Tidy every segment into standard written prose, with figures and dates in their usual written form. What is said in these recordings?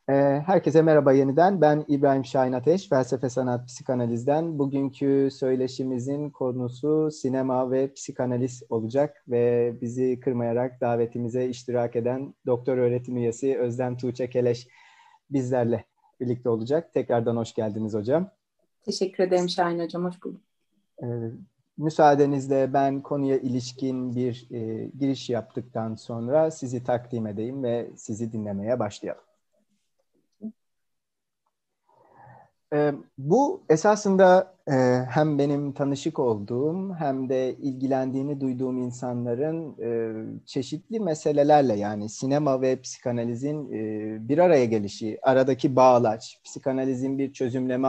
Herkese merhaba yeniden. Ben İbrahim Şahin Ateş, Felsefe Sanat Psikanaliz'den. Bugünkü söyleşimizin konusu sinema ve psikanaliz olacak ve bizi kırmayarak davetimize iştirak eden doktor öğretim üyesi Özlem Tuğçe Keleş bizlerle birlikte olacak. Tekrardan hoş geldiniz hocam. Teşekkür ederim Şahin Hocam, hoş bulduk. Müsaadenizle ben konuya ilişkin bir giriş yaptıktan sonra sizi takdim edeyim ve sizi dinlemeye başlayalım. Bu esasında hem benim tanışık olduğum hem de ilgilendiğini duyduğum insanların çeşitli meselelerle, yani sinema ve psikanalizin bir araya gelişi, aradaki bağlaç, psikanalizin bir çözümleme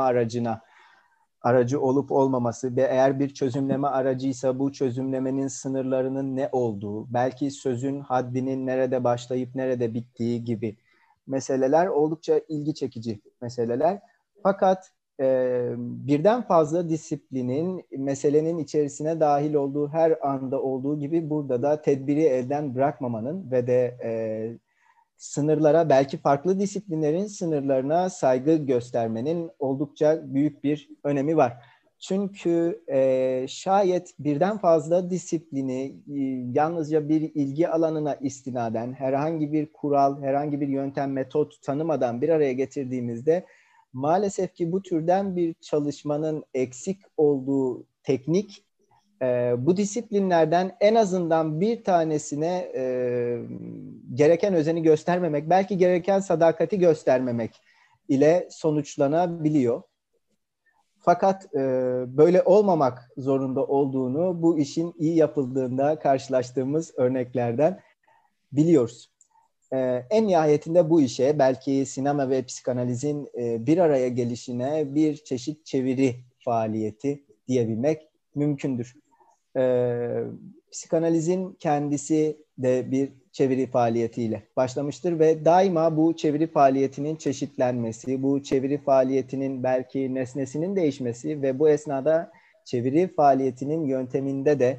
aracı olup olmaması ve eğer bir çözümleme aracıysa bu çözümlemenin sınırlarının ne olduğu, belki sözün haddinin nerede başlayıp nerede bittiği gibi meseleler oldukça ilgi çekici meseleler. Fakat birden fazla disiplinin meselenin içerisine dahil olduğu her anda olduğu gibi burada da tedbiri elden bırakmamanın ve de sınırlara, belki farklı disiplinlerin sınırlarına saygı göstermenin oldukça büyük bir önemi var. Çünkü şayet birden fazla disiplini yalnızca bir ilgi alanına istinaden herhangi bir kural, herhangi bir yöntem, metot tanımadan bir araya getirdiğimizde maalesef ki bu türden bir çalışmanın eksik olduğu teknik, bu disiplinlerden en azından bir tanesine gereken özeni göstermemek, belki gereken sadakati göstermemek ile sonuçlanabiliyor. Fakat böyle olmamak zorunda olduğunu bu işin iyi yapıldığında karşılaştığımız örneklerden biliyoruz. En nihayetinde bu işe, belki sinema ve psikanalizin bir araya gelişine bir çeşit çeviri faaliyeti diyebilmek mümkündür. Psikanalizin kendisi de bir çeviri faaliyetiyle başlamıştır ve daima bu çeviri faaliyetinin çeşitlenmesi, bu çeviri faaliyetinin belki nesnesinin değişmesi ve bu esnada çeviri faaliyetinin yönteminde de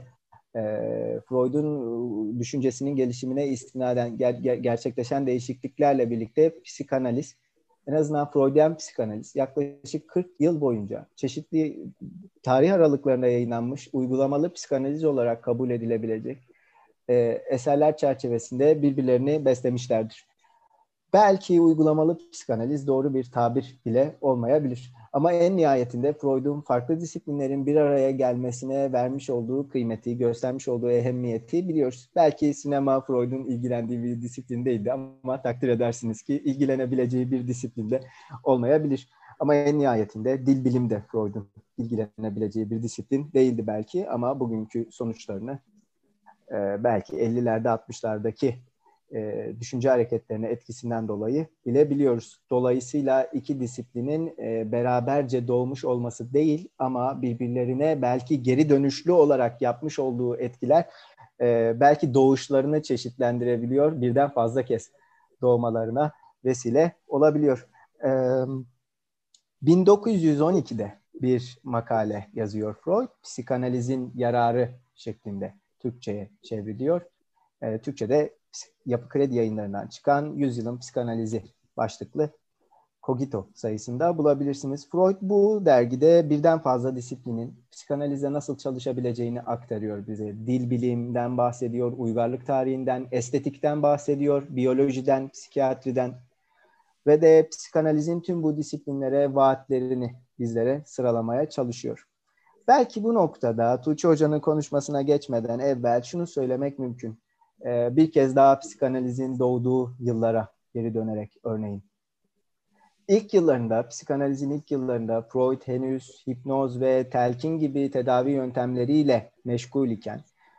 Freud'un düşüncesinin gelişimine istinaden gerçekleşen değişikliklerle birlikte psikanaliz, en azından Freudian psikanaliz, yaklaşık 40 yıl boyunca çeşitli tarih aralıklarında yayınlanmış uygulamalı psikanaliz olarak kabul edilebilecek eserler çerçevesinde birbirlerini beslemişlerdir. Belki uygulamalı psikanaliz doğru bir tabir bile olmayabilir. Ama en nihayetinde Freud'un farklı disiplinlerin bir araya gelmesine vermiş olduğu kıymeti, göstermiş olduğu ehemmiyeti biliyoruz. Belki sinema Freud'un ilgilendiği bir disiplin değildi ama takdir edersiniz ki ilgilenebileceği bir disiplinde olmayabilir. Ama en nihayetinde dil bilim de Freud'un ilgilenebileceği bir disiplin değildi belki, ama bugünkü sonuçlarını belki 50'lerde 60'lardaki düşünce hareketlerine etkisinden dolayı bilebiliyoruz. Dolayısıyla iki disiplinin beraberce doğmuş olması değil ama birbirlerine belki geri dönüşlü olarak yapmış olduğu etkiler belki doğuşlarını çeşitlendirebiliyor, birden fazla kez doğmalarına vesile olabiliyor. 1912'de bir makale yazıyor Freud, psikanalizin yararı şeklinde Türkçe'ye çevriliyor. Türkçe'de Yapı Kredi Yayınları'ndan çıkan Yüzyılın Psikanalizi başlıklı Cogito sayısında bulabilirsiniz. Freud bu dergide birden fazla disiplinin psikanalizde nasıl çalışabileceğini aktarıyor bize. Dil bilimden bahsediyor, uygarlık tarihinden, estetikten bahsediyor, biyolojiden, psikiyatriden ve de psikanalizin tüm bu disiplinlere vaatlerini bizlere sıralamaya çalışıyor. Belki bu noktada Tuğçe Hoca'nın konuşmasına geçmeden evvel şunu söylemek mümkün. Bir kez daha psikanalizin doğduğu yıllara geri dönerek örneğin. Psikanalizin ilk yıllarında Freud henüz hipnoz ve telkin gibi tedavi yöntemleriyle meşgul iken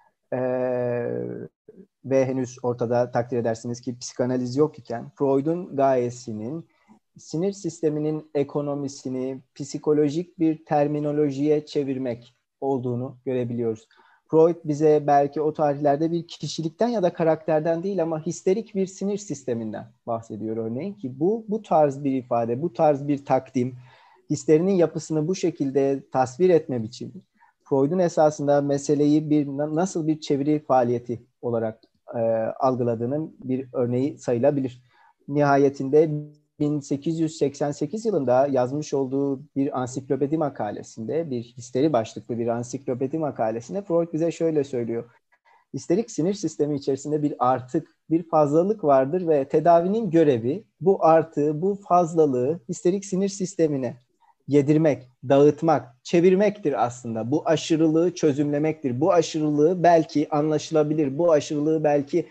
ve henüz ortada takdir edersiniz ki psikanaliz yok iken Freud'un gayesinin sinir sisteminin ekonomisini psikolojik bir terminolojiye çevirmek olduğunu görebiliyoruz. Freud bize belki o tarihlerde bir kişilikten ya da karakterden değil ama histerik bir sinir sisteminden bahsediyor örneğin, ki bu tarz bir ifade, bu tarz bir takdim, hislerinin yapısını bu şekilde tasvir etme biçimi, Freud'un esasında meseleyi nasıl bir çeviri faaliyeti olarak algıladığının bir örneği sayılabilir. Nihayetinde 1888 yılında yazmış olduğu bir ansiklopedi makalesinde, bir histeri başlıklı bir ansiklopedi makalesinde Freud bize şöyle söylüyor. Histerik sinir sistemi içerisinde bir artık, bir fazlalık vardır ve tedavinin görevi bu artığı, bu fazlalığı histerik sinir sistemine yedirmek, dağıtmak, çevirmektir aslında. Bu aşırılığı çözümlemektir. Bu aşırılığı belki anlaşılabilir, bu aşırılığı belki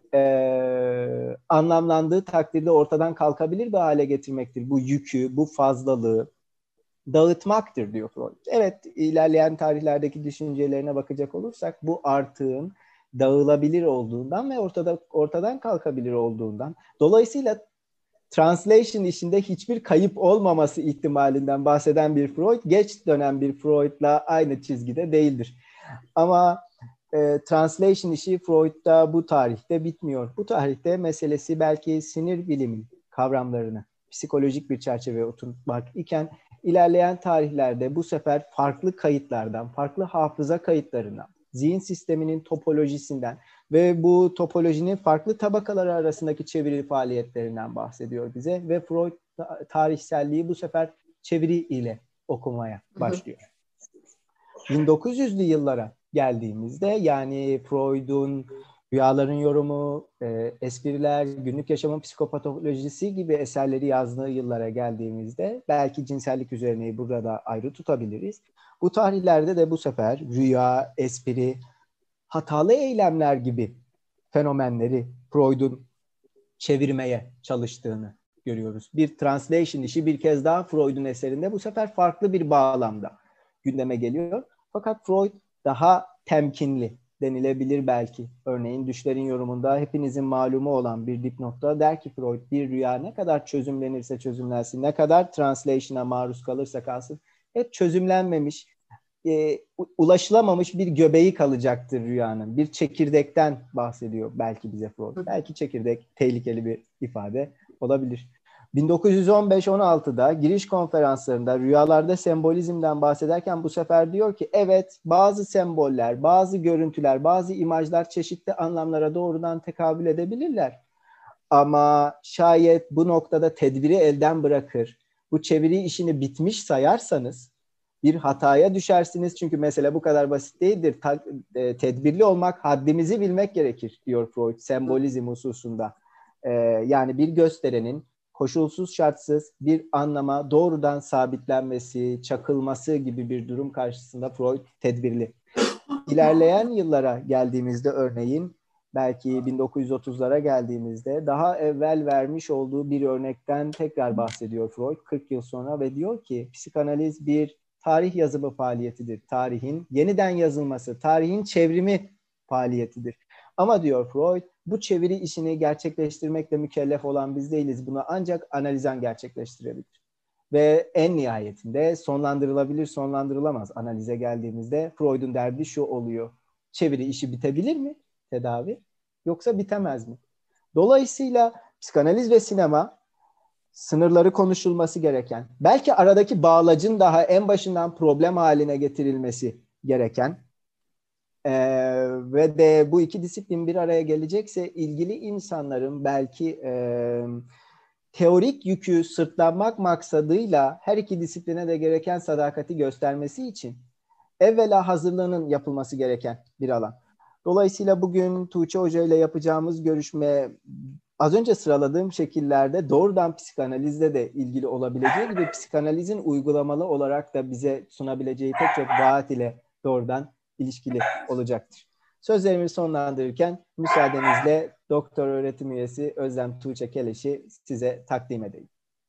anlamlandığı takdirde ortadan kalkabilir bir hale getirmektir. Bu yükü, bu fazlalığı dağıtmaktır diyor Freud. Evet, ilerleyen tarihlerdeki düşüncelerine bakacak olursak bu artığın dağılabilir olduğundan ve ortadan kalkabilir olduğundan, dolayısıyla translation işinde hiçbir kayıp olmaması ihtimalinden bahseden bir Freud, geç dönem bir Freud'la aynı çizgide değildir. Ama translation işi Freud'da bu tarihte bitmiyor. Bu tarihte meselesi belki sinir bilimin kavramlarını psikolojik bir çerçeveye oturtmak iken ilerleyen tarihlerde bu sefer farklı kayıtlardan, farklı hafıza kayıtlarından, zihin sisteminin topolojisinden ve bu topolojinin farklı tabakaları arasındaki çeviri faaliyetlerinden bahsediyor bize ve Freud tarihselliği bu sefer çeviri ile okumaya başlıyor. 1900'lü yıllara geldiğimizde, yani Freud'un Rüyaların Yorumu, Espriler, Günlük Yaşamın Psikopatolojisi gibi eserleri yazdığı yıllara geldiğimizde belki cinsellik üzerine burada ayrı tutabiliriz. Bu tarihlerde de bu sefer rüya, espri, hatalı eylemler gibi fenomenleri Freud'un çevirmeye çalıştığını görüyoruz. Bir translation işi bir kez daha Freud'un eserinde bu sefer farklı bir bağlamda gündeme geliyor. Fakat Freud daha temkinli denilebilir belki. Örneğin Düşlerin Yorumunda hepinizin malumu olan bir dipnotta der ki Freud, bir rüya ne kadar çözümlenirse çözümlensin, ne kadar translation'a maruz kalırsa kalsın, hep çözümlenmemiş, ulaşılamamış bir göbeği kalacaktır rüyanın. Bir çekirdekten bahsediyor belki bize Freud. Belki çekirdek tehlikeli bir ifade olabilir. 1915-16'da giriş konferanslarında rüyalarda sembolizmden bahsederken bu sefer diyor ki evet, bazı semboller, bazı görüntüler, bazı imajlar çeşitli anlamlara doğrudan tekabül edebilirler. Ama şayet bu noktada tedbiri elden bırakır, bu çeviri işini bitmiş sayarsanız bir hataya düşersiniz. Çünkü mesele bu kadar basit değildir. Tedbirli olmak, haddimizi bilmek gerekir diyor Freud sembolizm hususunda. Yani bir gösterenin koşulsuz şartsız bir anlama doğrudan sabitlenmesi, çakılması gibi bir durum karşısında Freud tedbirli. İlerleyen yıllara geldiğimizde örneğin belki 1930'lara geldiğimizde daha evvel vermiş olduğu bir örnekten tekrar bahsediyor Freud 40 yıl sonra ve diyor ki psikanaliz bir tarih yazımı faaliyetidir. Tarihin yeniden yazılması, tarihin çevrimi faaliyetidir. Ama diyor Freud, bu çeviri işini gerçekleştirmekle mükellef olan biz değiliz. Bunu ancak analizan gerçekleştirebilir. Ve en nihayetinde sonlandırılabilir, sonlandırılamaz analize geldiğimizde Freud'un derdi şu oluyor. Çeviri işi bitebilir mi? Tedavi. Yoksa bitemez mi? Dolayısıyla psikanaliz ve sinema sınırları konuşulması gereken, belki aradaki bağlacın daha en başından problem haline getirilmesi gereken ve de bu iki disiplin bir araya gelecekse ilgili insanların belki teorik yükü sırtlanmak maksadıyla her iki disipline de gereken sadakati göstermesi için evvela hazırlığının yapılması gereken bir alan. Dolayısıyla bugün Tuğçe Hoca ile yapacağımız görüşme az önce sıraladığım şekillerde doğrudan psikanalizle de ilgili olabileceği gibi psikanalizin uygulamalı olarak da bize sunabileceği pek çok vaat ile doğrudan ilişkili olacaktır. Sözlerimi sonlandırırken müsaadenizle doktor öğretim üyesi Özlem Tuğçe Keleş'i size takdim edeyim.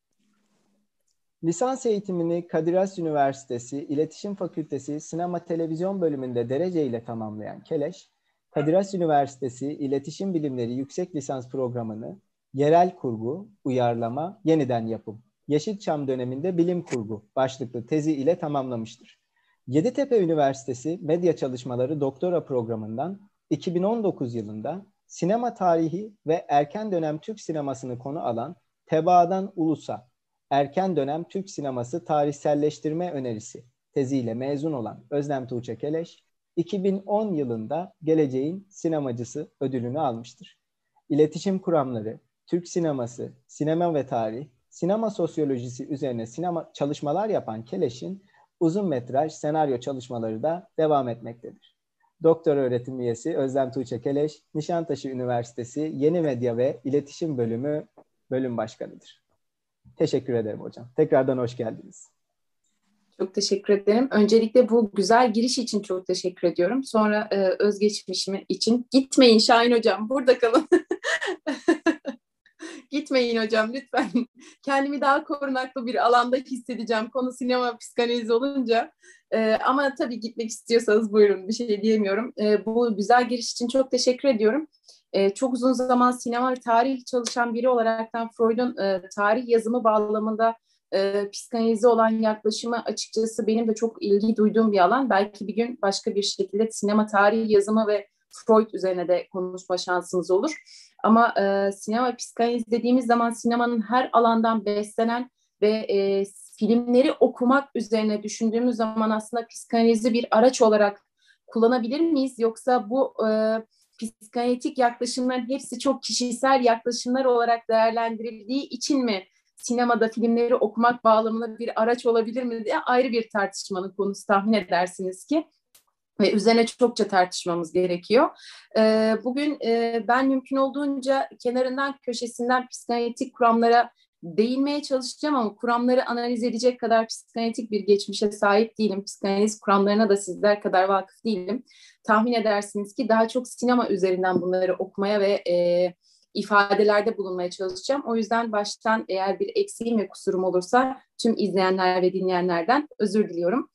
Lisans eğitimini Kadir Has Üniversitesi İletişim Fakültesi Sinema Televizyon bölümünde dereceyle tamamlayan Keleş, Kadir Has Üniversitesi İletişim Bilimleri Yüksek Lisans Programı'nı Yerel Kurgu, Uyarlama, Yeniden Yapım, Yeşilçam döneminde Bilim Kurgu başlıklı tezi ile tamamlamıştır. Yeditepe Üniversitesi Medya Çalışmaları Doktora Programı'ndan 2019 yılında sinema tarihi ve erken dönem Türk sinemasını konu alan Tebaadan Ulusa, Erken Dönem Türk Sineması Tarihselleştirme Önerisi teziyle mezun olan Özlem Tuğçe Keleş, 2010 yılında Geleceğin Sinemacısı ödülünü almıştır. İletişim kuramları, Türk sineması, sinema ve tarih, sinema sosyolojisi üzerine çalışmalar yapan Keleş'in uzun metraj senaryo çalışmaları da devam etmektedir. Doktor öğretim üyesi Özlem Tuğçe Keleş, Nişantaşı Üniversitesi Yeni Medya ve İletişim Bölümü bölüm başkanıdır. Teşekkür ederim hocam. Tekrardan hoş geldiniz. Çok teşekkür ederim. Öncelikle bu güzel giriş için çok teşekkür ediyorum. Sonra özgeçmişim için. Gitmeyin Şahin hocam, burada kalın. Gitmeyin hocam lütfen. Kendimi daha korunaklı bir alanda hissedeceğim. Konu sinema psikanaliz olunca. Ama tabii gitmek istiyorsanız buyurun, bir şey diyemiyorum. Bu güzel giriş için çok teşekkür ediyorum. Çok uzun zaman sinema ve tarih çalışan biri olaraktan Freud'un tarih yazımı bağlamında psikanalize olan yaklaşımı açıkçası benim de çok ilgi duyduğum bir alan. Belki bir gün başka bir şekilde sinema tarih yazımı ve Freud üzerine de konuşma şansımız olur. Ama sinema psikanaliz dediğimiz zaman sinemanın her alandan beslenen ve filmleri okumak üzerine düşündüğümüz zaman aslında psikanalizi bir araç olarak kullanabilir miyiz? Yoksa bu psikanalitik yaklaşımların hepsi çok kişisel yaklaşımlar olarak değerlendirildiği için mi sinemada filmleri okumak bağlamında bir araç olabilir mi diye ayrı bir tartışmanın konusu, tahmin edersiniz ki. Ve üzerine çokça tartışmamız gerekiyor. Bugün ben mümkün olduğunca kenarından köşesinden psikanalitik kuramlara değinmeye çalışacağım ama kuramları analiz edecek kadar psikanalitik bir geçmişe sahip değilim. Psikanaliz kuramlarına da sizler kadar vakıf değilim. Tahmin edersiniz ki daha çok sinema üzerinden bunları okumaya ve ifadelerde bulunmaya çalışacağım. O yüzden baştan eğer bir eksiğim ve kusurum olursa tüm izleyenler ve dinleyenlerden özür diliyorum.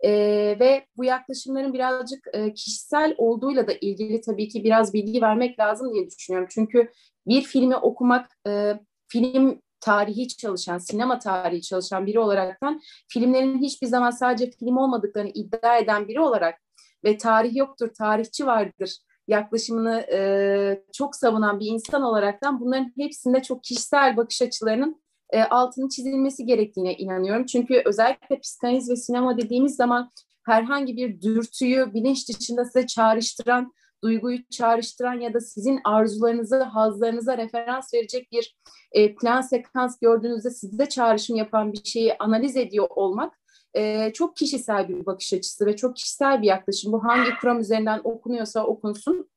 Ve bu yaklaşımların birazcık kişisel olduğuyla da ilgili tabii ki biraz bilgi vermek lazım diye düşünüyorum. Çünkü bir filmi okumak, film tarihi çalışan, sinema tarihi çalışan biri olaraktan filmlerin hiçbir zaman sadece film olmadıklarını iddia eden biri olarak ve tarih yoktur, tarihçi vardır yaklaşımını çok savunan bir insan olaraktan bunların hepsinde çok kişisel bakış açılarının altının çizilmesi gerektiğine inanıyorum. Çünkü özellikle psikanaliz ve sinema dediğimiz zaman herhangi bir dürtüyü bilinç dışında size çağrıştıran, duyguyu çağrıştıran ya da sizin arzularınızı, hazlarınıza referans verecek bir plan sekans gördüğünüzde size çağrışım yapan bir şeyi analiz ediyor olmak çok kişisel bir bakış açısı ve çok kişisel bir yaklaşım. Bu hangi kuram üzerinden okunuyorsa okunsun.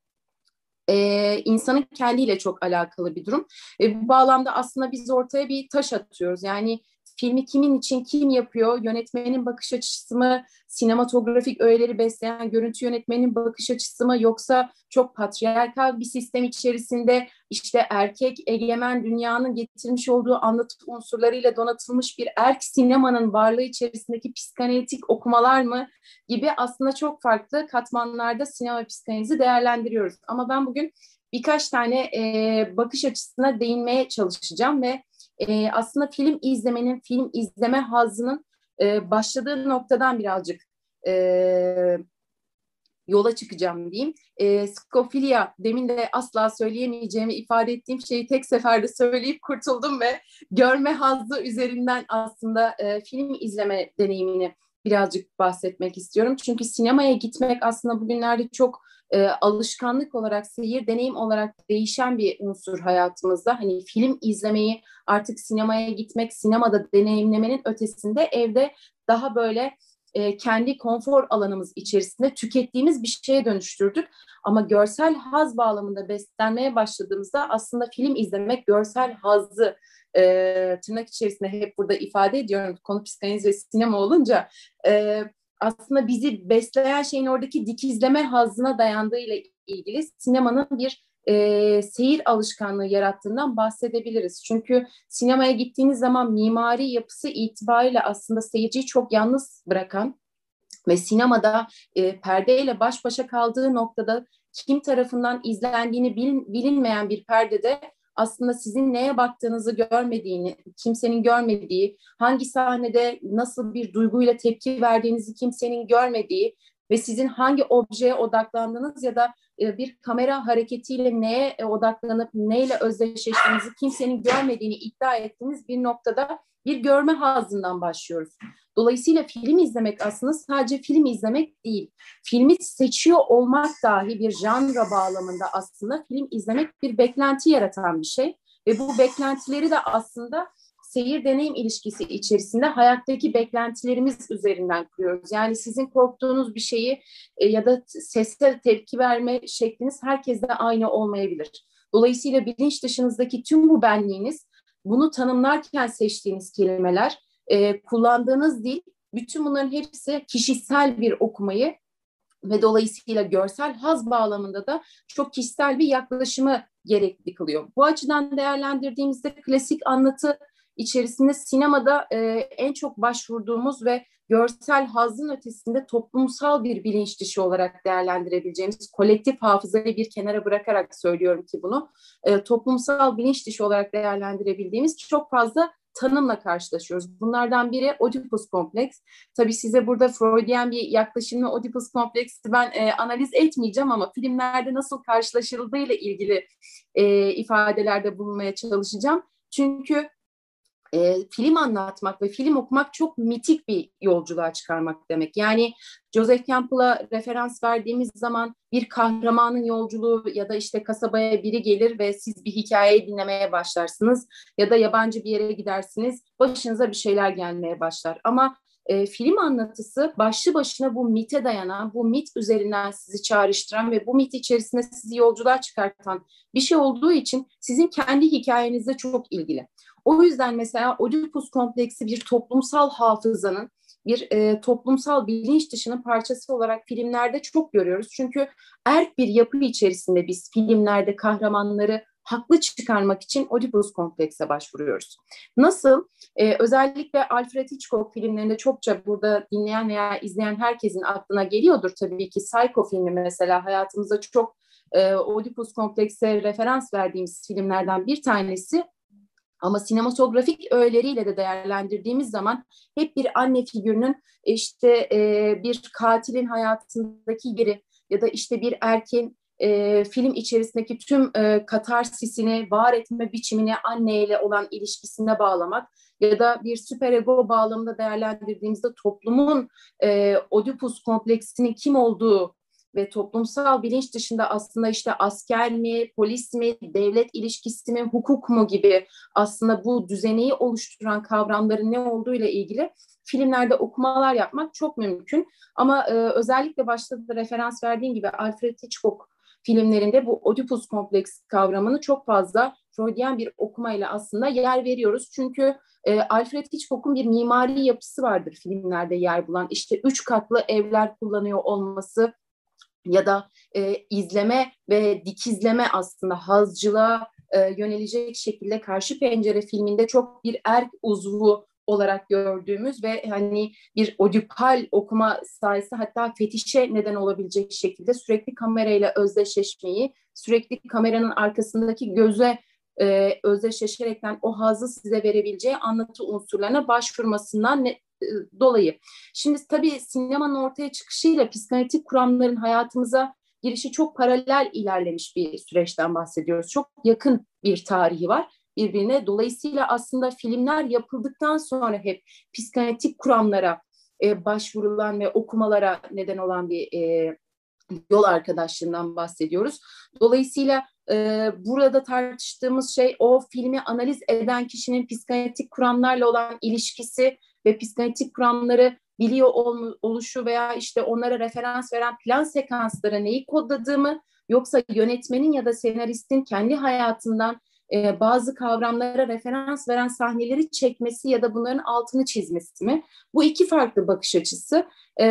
İnsanın kendiyle çok alakalı bir durum. Bu bağlamda aslında biz ortaya bir taş atıyoruz. Yani filmi kimin için kim yapıyor? Yönetmenin bakış açısı mı? Sinematografik öğeleri besleyen görüntü yönetmenin bakış açısı mı? Yoksa çok patriarkal bir sistem içerisinde işte erkek egemen dünyanın getirmiş olduğu anlatı unsurlarıyla donatılmış bir erk sinemanın varlığı içerisindeki psikanalitik okumalar mı? Gibi aslında çok farklı katmanlarda sinema psikanalizi değerlendiriyoruz. Ama ben bugün birkaç tane bakış açısına değinmeye çalışacağım ve aslında film izlemenin, film izleme hazzının başladığı noktadan birazcık yola çıkacağım diyeyim. Skofilia, demin de asla söyleyemeyeceğimi ifade ettiğim şeyi tek seferde söyleyip kurtuldum ve görme hazzı üzerinden aslında film izleme deneyimini birazcık bahsetmek istiyorum. Çünkü sinemaya gitmek aslında bugünlerde çok alışkanlık olarak, seyir deneyim olarak değişen bir unsur hayatımızda. Hani film izlemeyi artık sinemaya gitmek, sinemada deneyimlemenin ötesinde evde daha böyle kendi konfor alanımız içerisinde tükettiğimiz bir şeye dönüştürdük. Ama görsel haz bağlamında beslenmeye başladığımızda aslında film izlemek görsel hazzı tırnak içerisinde hep burada ifade ediyorum. Konu psikanaliz ve sinema olunca aslında bizi besleyen şeyin oradaki dikizleme hazzına dayandığıyla ilgili sinemanın bir seyir alışkanlığı yarattığından bahsedebiliriz. Çünkü sinemaya gittiğiniz zaman mimari yapısı itibariyle aslında seyirciyi çok yalnız bırakan ve sinemada perdeyle baş başa kaldığı noktada kim tarafından izlendiğini bilinmeyen bir perdede aslında sizin neye baktığınızı görmediğini, kimsenin görmediği, hangi sahnede nasıl bir duyguyla tepki verdiğinizi kimsenin görmediği ve sizin hangi objeye odaklandığınız ya da bir kamera hareketiyle neye odaklanıp neyle özdeşleştiğinizi kimsenin görmediğini iddia ettiğiniz bir noktada bir görme hazzından başlıyoruz. Dolayısıyla film izlemek aslında sadece film izlemek değil. Filmi seçiyor olmak dahi bir janra bağlamında aslında film izlemek bir beklenti yaratan bir şey. Ve bu beklentileri de aslında seyir deneyim ilişkisi içerisinde hayattaki beklentilerimiz üzerinden kuruyoruz. Yani sizin korktuğunuz bir şeyi ya da sese tepki verme şekliniz herkeste aynı olmayabilir. Dolayısıyla bilinç dışınızdaki tüm bu benliğiniz, bunu tanımlarken seçtiğiniz kelimeler, kullandığınız dil, bütün bunların hepsi kişisel bir okumayı ve dolayısıyla görsel haz bağlamında da çok kişisel bir yaklaşımı gerekli kılıyor. Bu açıdan değerlendirdiğimizde klasik anlatı içerisinde sinemada en çok başvurduğumuz ve görsel hazın ötesinde toplumsal bir bilinç dışı olarak değerlendirebileceğimiz, kolektif hafızayı bir kenara bırakarak söylüyorum ki bunu, toplumsal bilinç dışı olarak değerlendirebildiğimiz çok fazla tanımla karşılaşıyoruz. Bunlardan biri Oedipus kompleks. Tabii size burada Freudian bir yaklaşımla Oedipus kompleksi ben analiz etmeyeceğim ama filmlerde nasıl karşılaşıldığıyla ilgili ifadelerde bulunmaya çalışacağım. Çünkü film anlatmak ve film okumak çok mitik bir yolculuğa çıkarmak demek. Yani Joseph Campbell'a referans verdiğimiz zaman bir kahramanın yolculuğu ya da işte kasabaya biri gelir ve siz bir hikayeyi dinlemeye başlarsınız ya da yabancı bir yere gidersiniz, başınıza bir şeyler gelmeye başlar. Ama film anlatısı başlı başına bu mite dayanan, bu mit üzerinden sizi çağrıştıran ve bu mit içerisinde sizi yolculuğa çıkartan bir şey olduğu için sizin kendi hikayenizle çok ilgili. O yüzden mesela Oedipus kompleksi bir toplumsal hafızanın, bir toplumsal bilinç dışının parçası olarak filmlerde çok görüyoruz. Çünkü erk bir yapı içerisinde biz filmlerde kahramanları haklı çıkarmak için Oedipus komplekse başvuruyoruz. Nasıl? Özellikle Alfred Hitchcock filmlerinde çokça burada dinleyen veya izleyen herkesin aklına geliyordur tabii ki. Psycho filmi mesela hayatımızda çok Oedipus komplekse referans verdiğimiz filmlerden bir tanesi. Ama sinematografik öğeleriyle de değerlendirdiğimiz zaman hep bir anne figürünün işte bir katilin hayatındaki yeri ya da işte bir erkeğin film içerisindeki tüm katarsisini, var etme biçimini anneyle olan ilişkisine bağlamak ya da bir süperego bağlamında değerlendirdiğimizde toplumun Oedipus kompleksinin kim olduğu ve toplumsal bilinç dışında aslında işte asker mi, polis mi, devlet ilişkisi mi, hukuk mu gibi aslında bu düzeneyi oluşturan kavramların ne olduğuyla ilgili filmlerde okumalar yapmak çok mümkün. Ama özellikle başta da referans verdiğim gibi Alfred Hitchcock filmlerinde bu Oedipus kompleks kavramını çok fazla Freudian bir okumayla aslında yer veriyoruz. Çünkü Alfred Hitchcock'un bir mimari yapısı vardır filmlerde yer bulan. İşte 3 katlı evler kullanıyor olması, ya da izleme ve dikizleme aslında hazcılığa yönelecek şekilde Karşı Pencere filminde çok bir erk uzvu olarak gördüğümüz ve hani bir odipal okuma sayesi hatta fetişe neden olabilecek şekilde sürekli kamerayla özdeşleşmeyi, sürekli kameranın arkasındaki göze özdeşleşerekten o hazzı size verebileceği anlatı unsurlarına başvurmasından dolayı. Şimdi tabii sinemanın ortaya çıkışıyla psikanalitik kuramların hayatımıza girişi çok paralel ilerlemiş bir süreçten bahsediyoruz. Çok yakın bir tarihi var birbirine. Dolayısıyla aslında filmler yapıldıktan sonra hep psikanalitik kuramlara başvurulan ve okumalara neden olan bir yol arkadaşlığından bahsediyoruz. Dolayısıyla burada tartıştığımız şey o filmi analiz eden kişinin psikanalitik kuramlarla olan ilişkisi ve psikanalitik kuramları biliyor oluşu veya işte onlara referans veren plan sekanslara neyi kodladığımı, yoksa yönetmenin ya da senaristin kendi hayatından bazı kavramlara referans veren sahneleri çekmesi ya da bunların altını çizmesi mi? Bu iki farklı bakış açısı.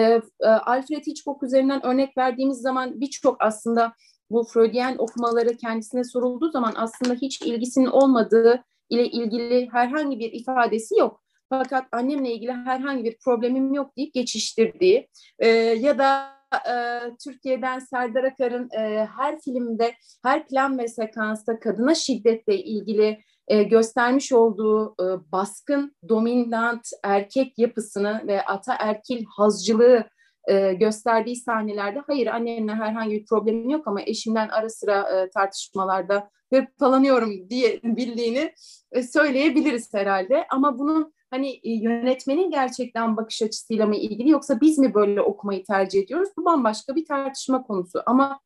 Alfred Hitchcock üzerinden örnek verdiğimiz zaman birçok aslında bu Freudian okumaları kendisine sorulduğu zaman aslında hiç ilgisinin olmadığı ile ilgili herhangi bir ifadesi yok. Fakat annemle ilgili herhangi bir problemim yok deyip geçiştirdiği ya da Türkiye'den Serdar Akar'ın her filmde, her plan ve sekansta kadına şiddetle ilgili göstermiş olduğu baskın, dominant erkek yapısını ve ataerkil hazcılığı gösterdiği sahnelerde hayır annemle herhangi bir problemim yok ama eşimden ara sıra tartışmalarda hırpalanıyorum diye bildiğini söyleyebiliriz herhalde. Ama bunun hani yönetmenin gerçekten bakış açısıyla mı ilgili yoksa biz mi böyle okumayı tercih ediyoruz? Bu bambaşka bir tartışma konusu. Ama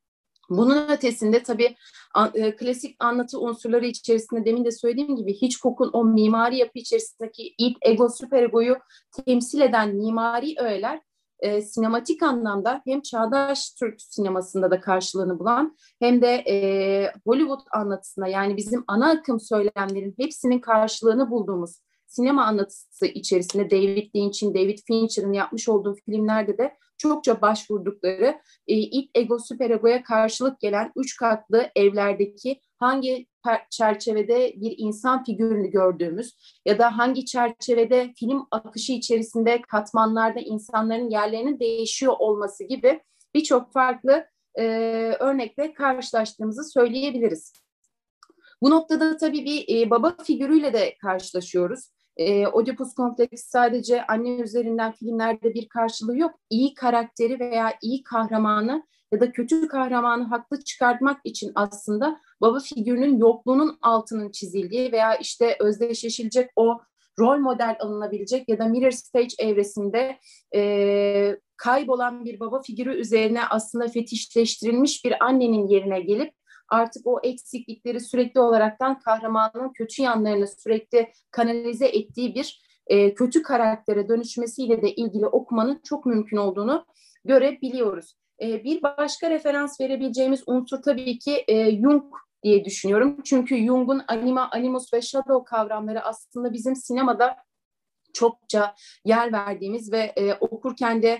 Bunun ötesinde tabii klasik anlatı unsurları içerisinde demin de söylediğim gibi Hitchcock'un o mimari yapı içerisindeki id, ego, süperegoyu temsil eden mimari öğeler sinematik anlamda hem çağdaş Türk sinemasında da karşılığını bulan hem de Hollywood anlatısında, yani bizim ana akım söylemlerin hepsinin karşılığını bulduğumuz sinema anlatısı içerisinde David Lynch'in, David Fincher'ın yapmış olduğu filmlerde de çokça başvurdukları id, ego, süperegoya karşılık gelen üç katlı evlerdeki hangi çerçevede bir insan figürünü gördüğümüz ya da hangi çerçevede film akışı içerisinde katmanlarda insanların yerlerinin değişiyor olması gibi birçok farklı örnekle karşılaştığımızı söyleyebiliriz. Bu noktada tabii bir baba figürüyle de karşılaşıyoruz. Oedipus kompleksi sadece anne üzerinden filmlerde bir karşılığı yok. İyi karakteri veya iyi kahramanı ya da kötü kahramanı haklı çıkartmak için aslında baba figürünün yokluğunun altının çizildiği veya işte özdeşleşilecek o rol model alınabilecek ya da mirror stage evresinde kaybolan bir baba figürü üzerine aslında fetişleştirilmiş bir annenin yerine gelip artık o eksiklikleri sürekli olaraktan kahramanın kötü yanlarını sürekli kanalize ettiği bir kötü karaktere dönüşmesiyle de ilgili okumanın çok mümkün olduğunu görebiliyoruz. Bir başka referans verebileceğimiz unsur tabii ki Jung diye düşünüyorum. Çünkü Jung'un anima, animus ve shadow kavramları aslında bizim sinemada çokça yer verdiğimiz ve okurken de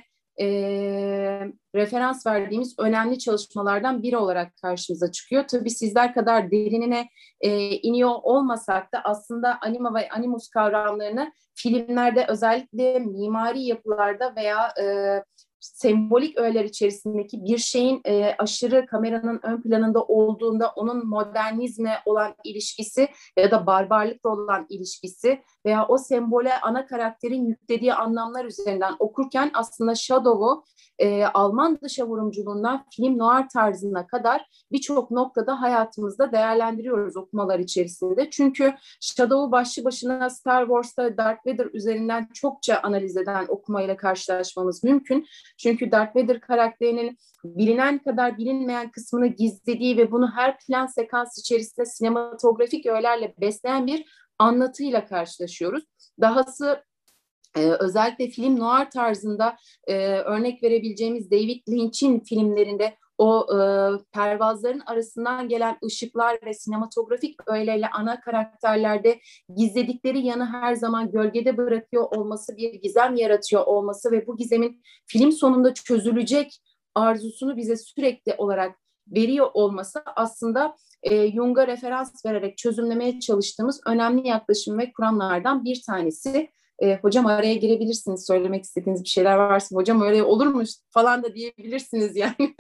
referans verdiğimiz önemli çalışmalardan biri olarak karşımıza çıkıyor. Tabii sizler kadar derinine iniyor olmasak da aslında anima ve animus kavramlarını filmlerde, özellikle mimari yapılarda veya sembolik öğeler içerisindeki bir şeyin aşırı kameranın ön planında olduğunda onun modernizme olan ilişkisi ya da barbarlıkla olan ilişkisi veya o sembole ana karakterin yüklediği anlamlar üzerinden okurken aslında Shadow'u Alman dışavurumculuğundan film noir tarzına kadar birçok noktada hayatımızda değerlendiriyoruz okumalar içerisinde. Çünkü Shadow'u başlı başına Star Wars'ta Darth Vader üzerinden çokça analiz eden okumayla karşılaşmamız mümkün. Çünkü Darth Vader karakterinin bilinen kadar bilinmeyen kısmını gizlediği ve bunu her plan sekans içerisinde sinematografik öğelerle besleyen bir anlatıyla karşılaşıyoruz. Dahası özellikle film noir tarzında örnek verebileceğimiz David Lynch'in filmlerinde o pervazların arasından gelen ışıklar ve sinematografik öğelerle ana karakterlerde gizledikleri yanı her zaman gölgede bırakıyor olması, bir gizem yaratıyor olması ve bu gizemin film sonunda çözülecek arzusunu bize sürekli olarak veriyor olması aslında Jung'a referans vererek çözümlemeye çalıştığımız önemli yaklaşım ve kuramlardan bir tanesi. Hocam araya girebilirsiniz, söylemek istediğiniz bir şeyler varsa hocam öyle olur mu falan da diyebilirsiniz yani.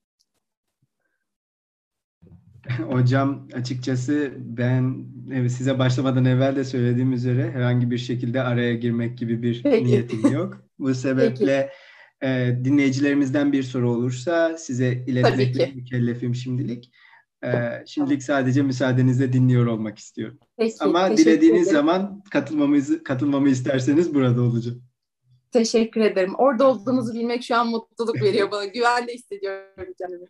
Hocam açıkçası ben size başlamadan evvel de söylediğim üzere herhangi bir şekilde araya girmek gibi bir niyetim yok. Bu sebeple dinleyicilerimizden bir soru olursa size iletmekle mükellefim şimdilik. Şimdilik sadece müsaadenizle dinliyor olmak istiyorum. Peki, ama dilediğiniz zaman katılmamı isterseniz burada olacağım. Teşekkür ederim. Orada olduğunuzu bilmek şu an mutluluk veriyor bana. Güvende hissediyorum kendimi.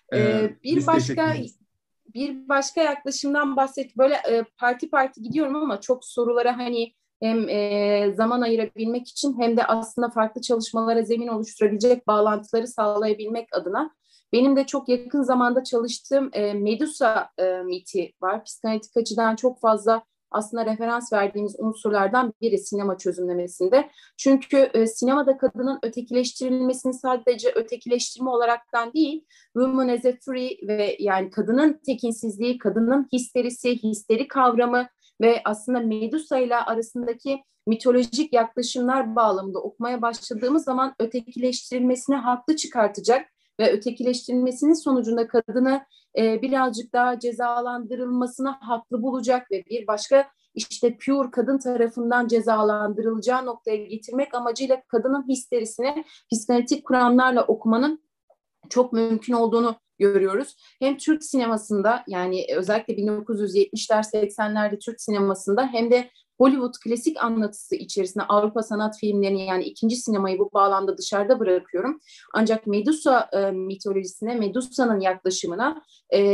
Bir başka yaklaşımdan böyle parti gidiyorum ama çok sorulara hani hem zaman ayırabilmek için hem de aslında farklı çalışmalara zemin oluşturabilecek bağlantıları sağlayabilmek adına benim de çok yakın zamanda çalıştığım Medusa miti var. Psikanalitik açıdan çok fazla aslında referans verdiğimiz unsurlardan biri sinema çözümlemesinde. Çünkü sinemada kadının ötekileştirilmesini sadece ötekileştirme olaraktan değil, woman as a free ve yani kadının tekinsizliği, kadının histerisi, histeri kavramı ve aslında Medusa ile arasındaki mitolojik yaklaşımlar bağlamında okumaya başladığımız zaman ötekileştirilmesini haklı çıkartacak ve ötekileştirilmesinin sonucunda kadını birazcık daha cezalandırılmasına haklı bulacak ve bir başka işte pure kadın tarafından cezalandırılacağı noktaya getirmek amacıyla kadının histerisini psikanalitik kuramlarla okumanın çok mümkün olduğunu görüyoruz. Hem Türk sinemasında yani özellikle 1970'ler 80'lerde Türk sinemasında hem de Hollywood klasik anlatısı içerisinde Avrupa sanat filmlerini, yani ikinci sinemayı bu bağlamda dışarıda bırakıyorum. Ancak Medusa mitolojisine, Medusa'nın yaklaşımına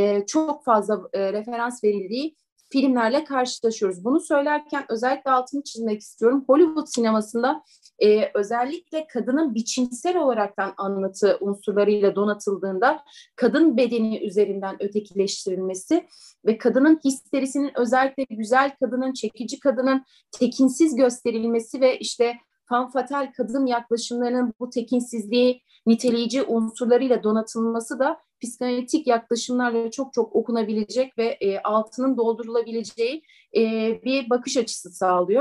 çok fazla referans verildiği filmlerle karşılaşıyoruz. Bunu söylerken özellikle altını çizmek istiyorum. Hollywood sinemasında özellikle kadının biçimsel olaraktan anlatı unsurlarıyla donatıldığında kadın bedeni üzerinden ötekileştirilmesi ve kadının histerisinin, özellikle güzel kadının, çekici kadının tekinsiz gösterilmesi ve işte femme fatale kadın yaklaşımlarının bu tekinsizliği niteleyici unsurlarıyla donatılması da psikanalitik yaklaşımlarla çok çok okunabilecek ve altının doldurulabileceği bir bakış açısı sağlıyor.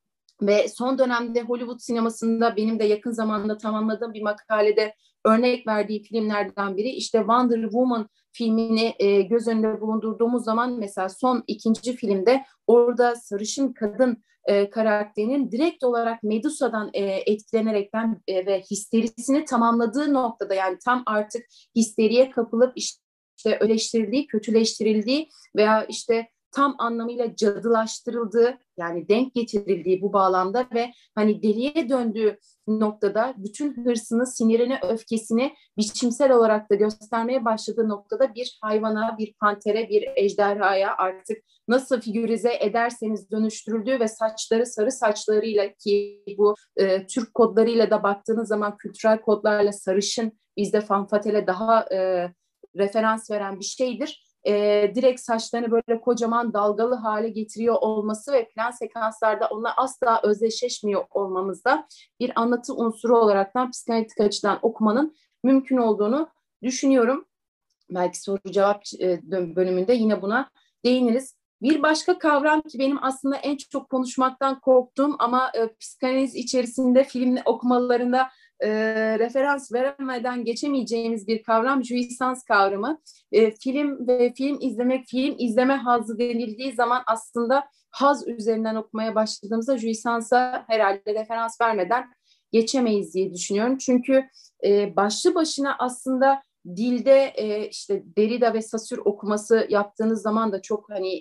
Ve son dönemde Hollywood sinemasında benim de yakın zamanda tamamladığım bir makalede örnek verdiği filmlerden biri işte Wonder Woman filmini göz önünde bulundurduğumuz zaman mesela son ikinci filmde orada sarışın kadın karakterinin direkt olarak Medusa'dan etkilenerekten ve histerisini tamamladığı noktada, yani tam artık histeriye kapılıp işte öleştirildiği, kötüleştirildiği veya işte tam anlamıyla cadılaştırıldığı, yani denk getirildiği bu bağlamda ve hani deliye döndüğü noktada bütün hırsını, sinirini, öfkesini biçimsel olarak da göstermeye başladığı noktada bir hayvana, bir pantere, bir ejderhaya artık nasıl figürize ederseniz dönüştürüldüğü ve saçları sarı saçlarıyla, ki bu Türk kodlarıyla da baktığınız zaman kültürel kodlarla sarışın bizde femme fatale daha referans veren bir şeydir. Direkt saçlarını böyle kocaman dalgalı hale getiriyor olması ve plan sekanslarda onunla asla özdeşleşmiyor olmamızda bir anlatı unsuru olaraktan psikanalitik açıdan okumanın mümkün olduğunu düşünüyorum. Belki soru cevap bölümünde yine buna değiniriz. Bir başka kavram ki benim aslında en çok konuşmaktan korktuğum ama psikanaliz içerisinde film okumalarında referans veremeden geçemeyeceğimiz bir kavram, jouissance kavramı. Film ve film izlemek, film izleme hazzı denildiği zaman aslında haz üzerinden okumaya başladığımızda jouissance'a herhalde referans vermeden geçemeyiz diye düşünüyorum. Çünkü başlı başına aslında dilde işte Derrida ve Saussure okuması yaptığınız zaman da çok hani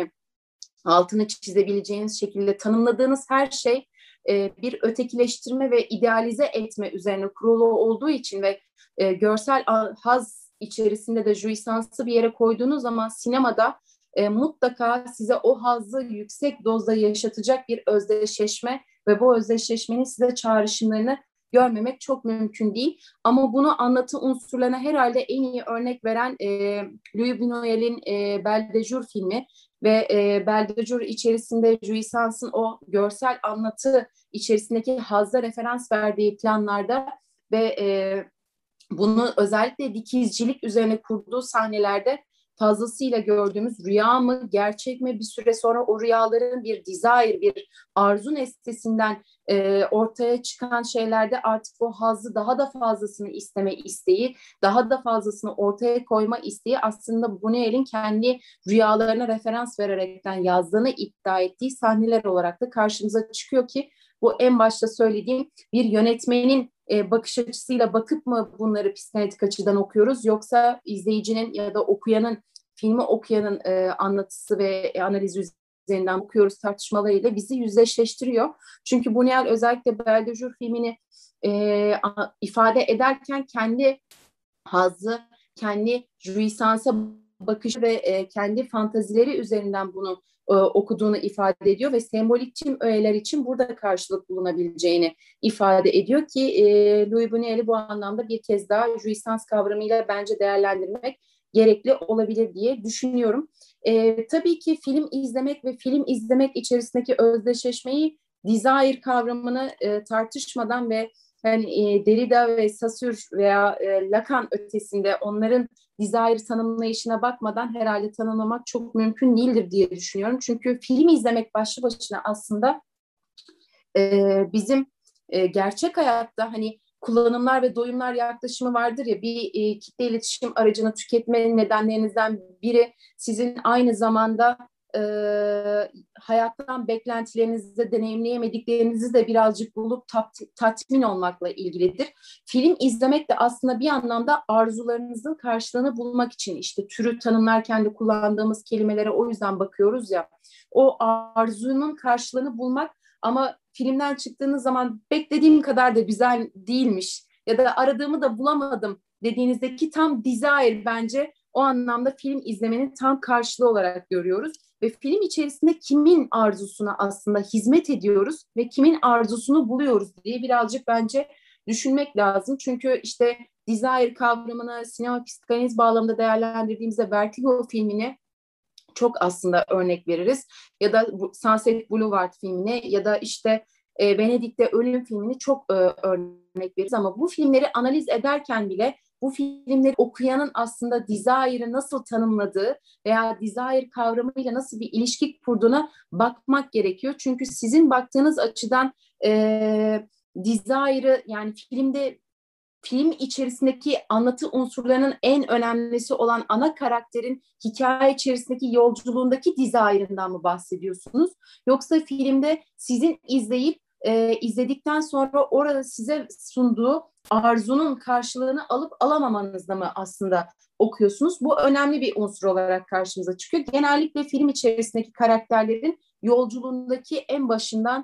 altını çizebileceğiniz şekilde tanımladığınız her şey bir ötekileştirme ve idealize etme üzerine kurulu olduğu için ve görsel haz içerisinde de jouissance'ı bir yere koyduğunuz zaman sinemada mutlaka size o hazzı yüksek dozda yaşatacak bir özdeşleşme ve bu özdeşleşmenin size çağrışımlarını görmemek çok mümkün değil. Ama bunu anlatı unsurlarına herhalde en iyi örnek veren Louis Buñuel'in Belle de Jour filmi ve Belle de Jour içerisinde jouissance'ın o görsel anlatı içerisindeki hazza referans verdiği planlarda ve bunu özellikle dikizcilik üzerine kurduğu sahnelerde fazlasıyla gördüğümüz rüya mı, gerçek mi, bir süre sonra o rüyaların bir desire, bir arzu nesnesinden ortaya çıkan şeylerde artık o hazzı, daha da fazlasını isteme isteği, daha da fazlasını ortaya koyma isteği aslında Buñuel'in kendi rüyalarına referans vererekten yazdığını iddia ettiği sahneler olarak da karşımıza çıkıyor ki bu en başta söylediğim bir yönetmenin bakış açısıyla bakıp mı bunları psikanalitik açıdan okuyoruz, yoksa izleyicinin ya da okuyanın, filmi okuyanın anlatısı ve analizi üzerinden okuyoruz tartışmalarıyla bizi yüzleşleştiriyor. Çünkü Buñuel özellikle Belle de Jour filmini ifade ederken kendi hazzı, kendi jouissance'a bakışı ve kendi fantazileri üzerinden bunu okuduğunu ifade ediyor ve sembolik tüm öğeler için burada karşılık bulunabileceğini ifade ediyor ki Louis Buñuel'i bu anlamda bir kez daha jouissance kavramıyla bence değerlendirmek gerekli olabilir diye düşünüyorum. Tabii ki film izlemek ve film izlemek içerisindeki özdeşleşmeyi, desire kavramını tartışmadan ve yani Derrida ve Saussure veya Lacan ötesinde onların desire tanımlayışına bakmadan herhalde tanımlamak çok mümkün değildir diye düşünüyorum. Çünkü film izlemek başlı başına aslında bizim gerçek hayatta hani kullanımlar ve doyumlar yaklaşımı vardır ya, bir kitle iletişim aracını tüketme nedenlerinizden biri sizin aynı zamanda hayattan beklentilerinizi, deneyimleyemediklerinizi de birazcık bulup tatmin olmakla ilgilidir. Film izlemek de aslında bir anlamda arzularınızın karşılığını bulmak için, işte türü tanımlarken de kullandığımız kelimelere o yüzden bakıyoruz ya, o arzunun karşılığını bulmak. Ama filmden çıktığınız zaman beklediğim kadar da güzel değilmiş ya da aradığımı da bulamadım dediğinizdeki tam desire, bence o anlamda film izlemenin tam karşılığı olarak görüyoruz. Ve film içerisinde kimin arzusuna aslında hizmet ediyoruz ve kimin arzusunu buluyoruz diye birazcık bence düşünmek lazım. Çünkü işte desire kavramını sinema psikanaliz bağlamında değerlendirdiğimizde Vertigo filmini çok aslında örnek veririz. Ya da Sunset Boulevard filmini ya da işte Venedik'te Ölüm filmini çok örnek veririz. Ama bu filmleri analiz ederken bile bu filmleri okuyanın aslında desire'ı nasıl tanımladığı veya desire kavramıyla nasıl bir ilişki kurduğuna bakmak gerekiyor. Çünkü sizin baktığınız açıdan desire'ı, yani film içerisindeki anlatı unsurlarının en önemlisi olan ana karakterin hikaye içerisindeki yolculuğundaki desire'ından mı bahsediyorsunuz? Yoksa filmde sizin izledikten sonra orada size sunduğu arzunun karşılığını alıp alamamanızda mı aslında okuyorsunuz? Bu önemli bir unsur olarak karşımıza çıkıyor. Genellikle film içerisindeki karakterlerin yolculuğundaki en başından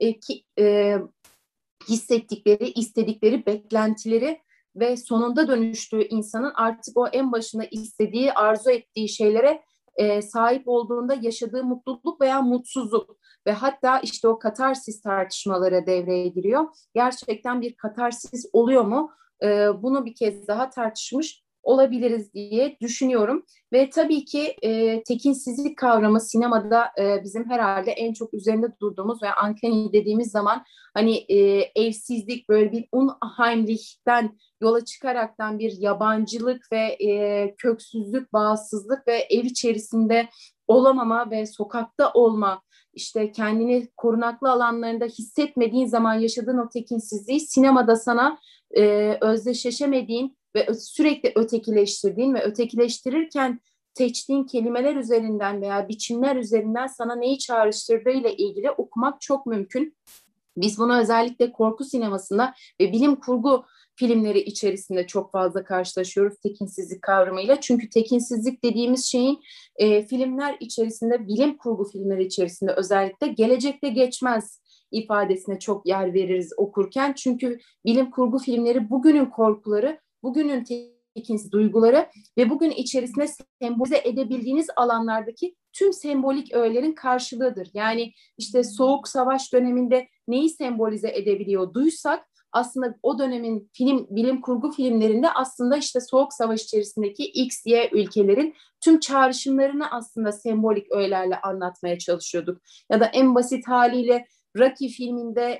hissettikleri, istedikleri, beklentileri ve sonunda dönüştüğü insanın artık o en başında istediği, arzu ettiği şeylere sahip olduğunda yaşadığı mutluluk veya mutsuzluk ve hatta işte o katarsis tartışmalara devreye giriyor. Gerçekten bir katarsis oluyor mu? Bunu bir kez daha tartışmış olabiliriz diye düşünüyorum. Ve tabii ki tekinsizlik kavramı sinemada bizim herhalde en çok üzerinde durduğumuz ve uncanny dediğimiz zaman hani evsizlik, böyle bir unheimlich'ten yola çıkaraktan bir yabancılık ve köksüzlük, bağımsızlık ve ev içerisinde olamama ve sokakta olma, işte kendini korunaklı alanlarında hissetmediğin zaman yaşadığın o tekinsizliği sinemada sana özdeşleşemediğin ve sürekli ötekileştirdiğin ve ötekileştirirken seçtiğin kelimeler üzerinden veya biçimler üzerinden sana neyi çağrıştırdığıyla ilgili okumak çok mümkün. Biz bunu özellikle korku sinemasında ve bilim kurgu filmleri içerisinde çok fazla karşılaşıyoruz tekinsizlik kavramıyla. Çünkü tekinsizlik dediğimiz şeyin filmler içerisinde, bilim kurgu filmleri içerisinde özellikle gelecekte geçmez ifadesine çok yer veririz okurken. Çünkü bilim kurgu filmleri bugünün korkuları, bugünün tekinsiz duyguları ve bugün içerisinde sembolize edebildiğiniz alanlardaki tüm sembolik öğelerin karşılığıdır. Yani işte Soğuk Savaş döneminde neyi sembolize edebiliyorduysak aslında o dönemin bilim kurgu filmlerinde aslında işte Soğuk Savaş içerisindeki X, Y ülkelerin tüm çağrışımlarını aslında sembolik öğelerle anlatmaya çalışıyorduk. Ya da en basit haliyle Rocky filminde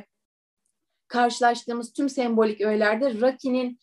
karşılaştığımız tüm sembolik öğelerde Rocky'nin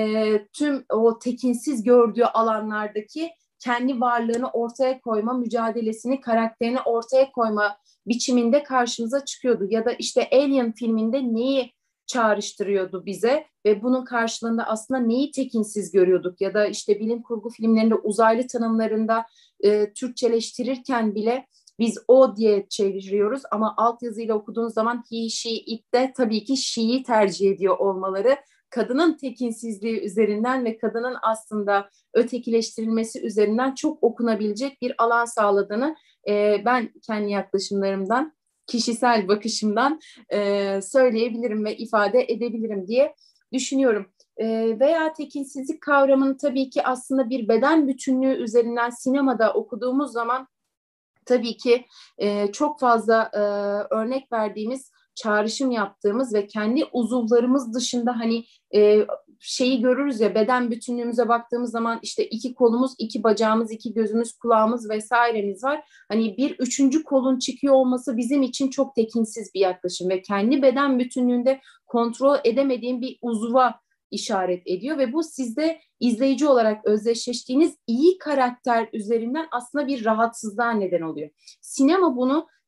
tüm o tekinsiz gördüğü alanlardaki kendi varlığını ortaya koyma, mücadelesini, karakterini ortaya koyma biçiminde karşımıza çıkıyordu. Ya da işte Alien filminde neyi çağrıştırıyordu bize ve bunun karşılığında aslında neyi tekinsiz görüyorduk? Ya da işte bilim kurgu filmlerinde uzaylı tanımlarında Türkçeleştirirken bile biz o diye çeviriyoruz ama altyazıyla okuduğunuz zaman he, she, it de tabii ki she'yi tercih ediyor olmaları, kadının tekinsizliği üzerinden ve kadının aslında ötekileştirilmesi üzerinden çok okunabilecek bir alan sağladığını ben kendi yaklaşımlarımdan, kişisel bakışımdan söyleyebilirim ve ifade edebilirim diye düşünüyorum. Veya tekinsizlik kavramını tabii ki aslında bir beden bütünlüğü üzerinden sinemada okuduğumuz zaman tabii ki çok fazla örnek verdiğimiz, çağrışım yaptığımız ve kendi uzuvlarımız dışında hani şeyi görürüz ya, beden bütünlüğümüze baktığımız zaman işte 2 kolumuz, 2 bacağımız, 2 gözümüz, kulağımız vesairemiz var. Hani bir 3. kolun çıkıyor olması bizim için çok tekinsiz bir yaklaşım ve kendi beden bütünlüğünde kontrol edemediğim bir uzuva işaret ediyor ve bu sizde izleyici olarak özdeşleştiğiniz iyi karakter üzerinden aslında bir rahatsızlığa neden oluyor. Sinema bunu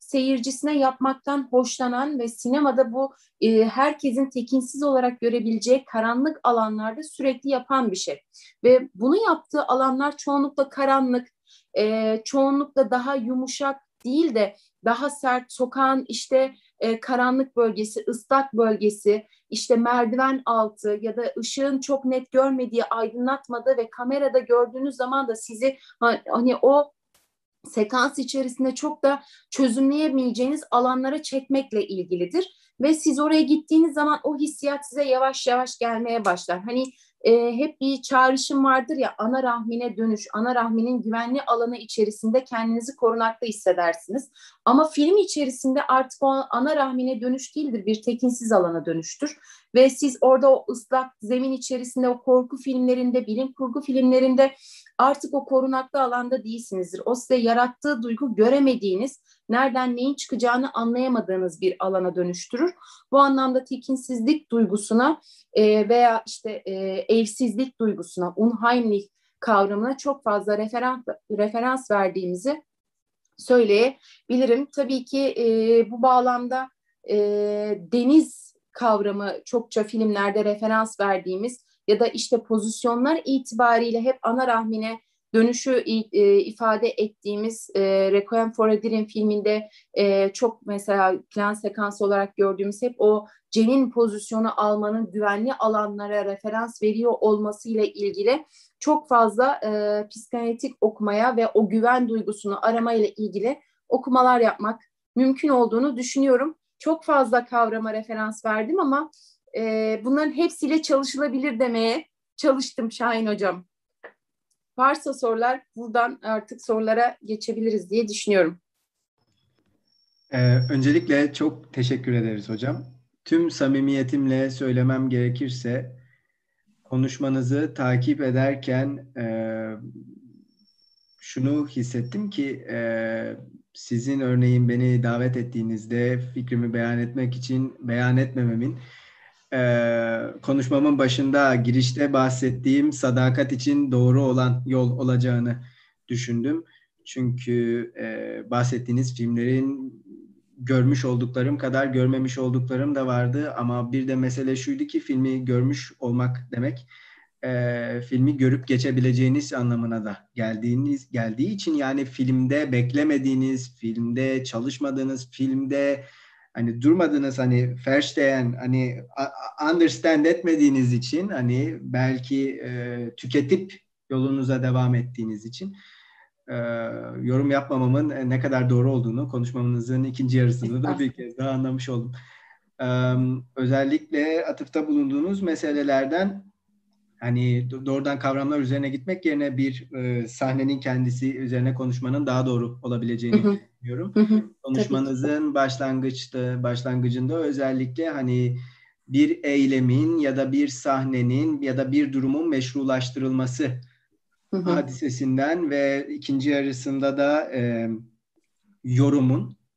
seyircisine yapmaktan hoşlanan ve sinemada bu herkesin tekinsiz olarak görebileceği karanlık alanlarda sürekli yapan bir şey. Ve bunu yaptığı alanlar çoğunlukla karanlık, çoğunlukla daha yumuşak değil de daha sert, sokağın işte karanlık bölgesi, ıslak bölgesi, işte merdiven altı ya da ışığın çok net görmediği, aydınlatmadığı ve kamerada gördüğünüz zaman da sizi hani o sekans içerisinde çok da çözümleyemeyeceğiniz alanlara çekmekle ilgilidir. Ve siz oraya gittiğiniz zaman o hissiyat size yavaş yavaş gelmeye başlar. Hani hep bir çağrışım vardır ya, ana rahmine dönüş, ana rahminin güvenli alanı içerisinde kendinizi korunaklı hissedersiniz. Ama film içerisinde artık o ana rahmine dönüş değildir, bir tekinsiz alana dönüştür. Ve siz orada o ıslak zemin içerisinde, o korku filmlerinde, bilim kurgu filmlerinde artık o korunaklı alanda değilsinizdir. O size yarattığı duygu göremediğiniz, nereden neyin çıkacağını anlayamadığınız bir alana dönüştürür. Bu anlamda tekinsizlik duygusuna veya işte evsizlik duygusuna, unheimlich kavramına çok fazla referans verdiğimizi söyleyebilirim. Tabii ki bu bağlamda deniz kavramı çokça filmlerde referans verdiğimiz ya da işte pozisyonlar itibariyle hep ana rahmine dönüşü ifade ettiğimiz Requiem for a Dream filminde çok mesela plan sekansı olarak gördüğümüz hep o cenin pozisyonu almanın güvenli alanlara referans veriyor olmasıyla ilgili çok fazla psikanalitik okumaya ve o güven duygusunu aramayla ilgili okumalar yapmak mümkün olduğunu düşünüyorum. Çok fazla kavrama referans verdim ama bunların hepsiyle çalışılabilir demeye çalıştım Şahin Hocam. Varsa sorular, buradan artık sorulara geçebiliriz diye düşünüyorum. Öncelikle çok teşekkür ederiz hocam. Tüm samimiyetimle söylemem gerekirse konuşmanızı takip ederken şunu hissettim ki sizin örneğin beni davet ettiğinizde fikrimi beyan etmek için beyan etmememin konuşmamın başında girişte bahsettiğim sadakat için doğru olan yol olacağını düşündüm. Çünkü bahsettiğiniz filmlerin görmüş olduklarım kadar görmemiş olduklarım da vardı ama bir de mesele şuydu ki filmi görmüş olmak demek filmi görüp geçebileceğiniz anlamına da geldiği için yani filmde beklemediğiniz, filmde çalışmadığınız, filmde hani durmadığınız hani verstehen hani understand etmediğiniz için hani belki tüketip yolunuza devam ettiğiniz için yorum yapmamamın ne kadar doğru olduğunu konuşmamızın ikinci yarısında da bir kez daha anlamış oldum. Özellikle atıfta bulunduğunuz meselelerden hani doğrudan kavramlar üzerine gitmek yerine bir sahnenin kendisi üzerine konuşmanın daha doğru olabileceğini düşünüyorum. Konuşmanızın başlangıcında özellikle hani bir eylemin ya da bir sahnenin ya da bir durumun meşrulaştırılması hadisesinden ve ikinci yarısında da yorumun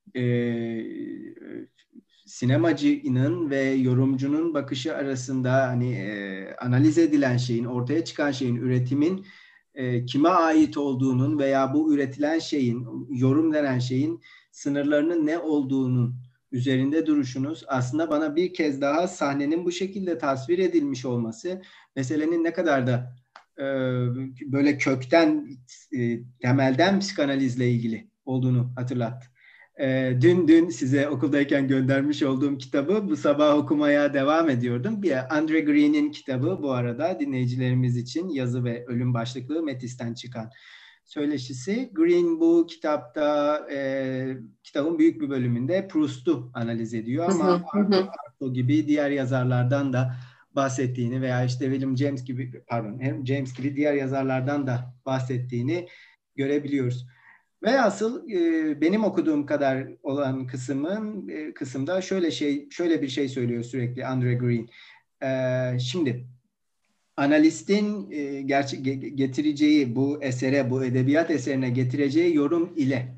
sinemacının ve yorumcunun bakışı arasında hani analiz edilen şeyin, ortaya çıkan şeyin, üretimin kime ait olduğunun veya bu üretilen şeyin, yorum denen şeyin sınırlarının ne olduğunun üzerinde duruşunuz aslında bana bir kez daha sahnenin bu şekilde tasvir edilmiş olması meselenin ne kadar da böyle kökten, temelden psikanalizle ilgili olduğunu hatırlattı. Dün size okuldayken göndermiş olduğum kitabı bu sabah okumaya devam ediyordum. Andre Green'in kitabı bu arada dinleyicilerimiz için yazı ve ölüm başlıklı Metis'ten çıkan söyleşisi. Green bu kitapta kitabın büyük bir bölümünde Proust'u analiz ediyor ama Artaud gibi diğer yazarlardan da bahsettiğini veya işte William James gibi diğer yazarlardan da bahsettiğini görebiliyoruz. Velhasıl benim okuduğum kadar olan kısımda şöyle bir şey söylüyor sürekli Andre Green. Şimdi analistin getireceği bu esere, bu edebiyat eserine getireceği yorum ile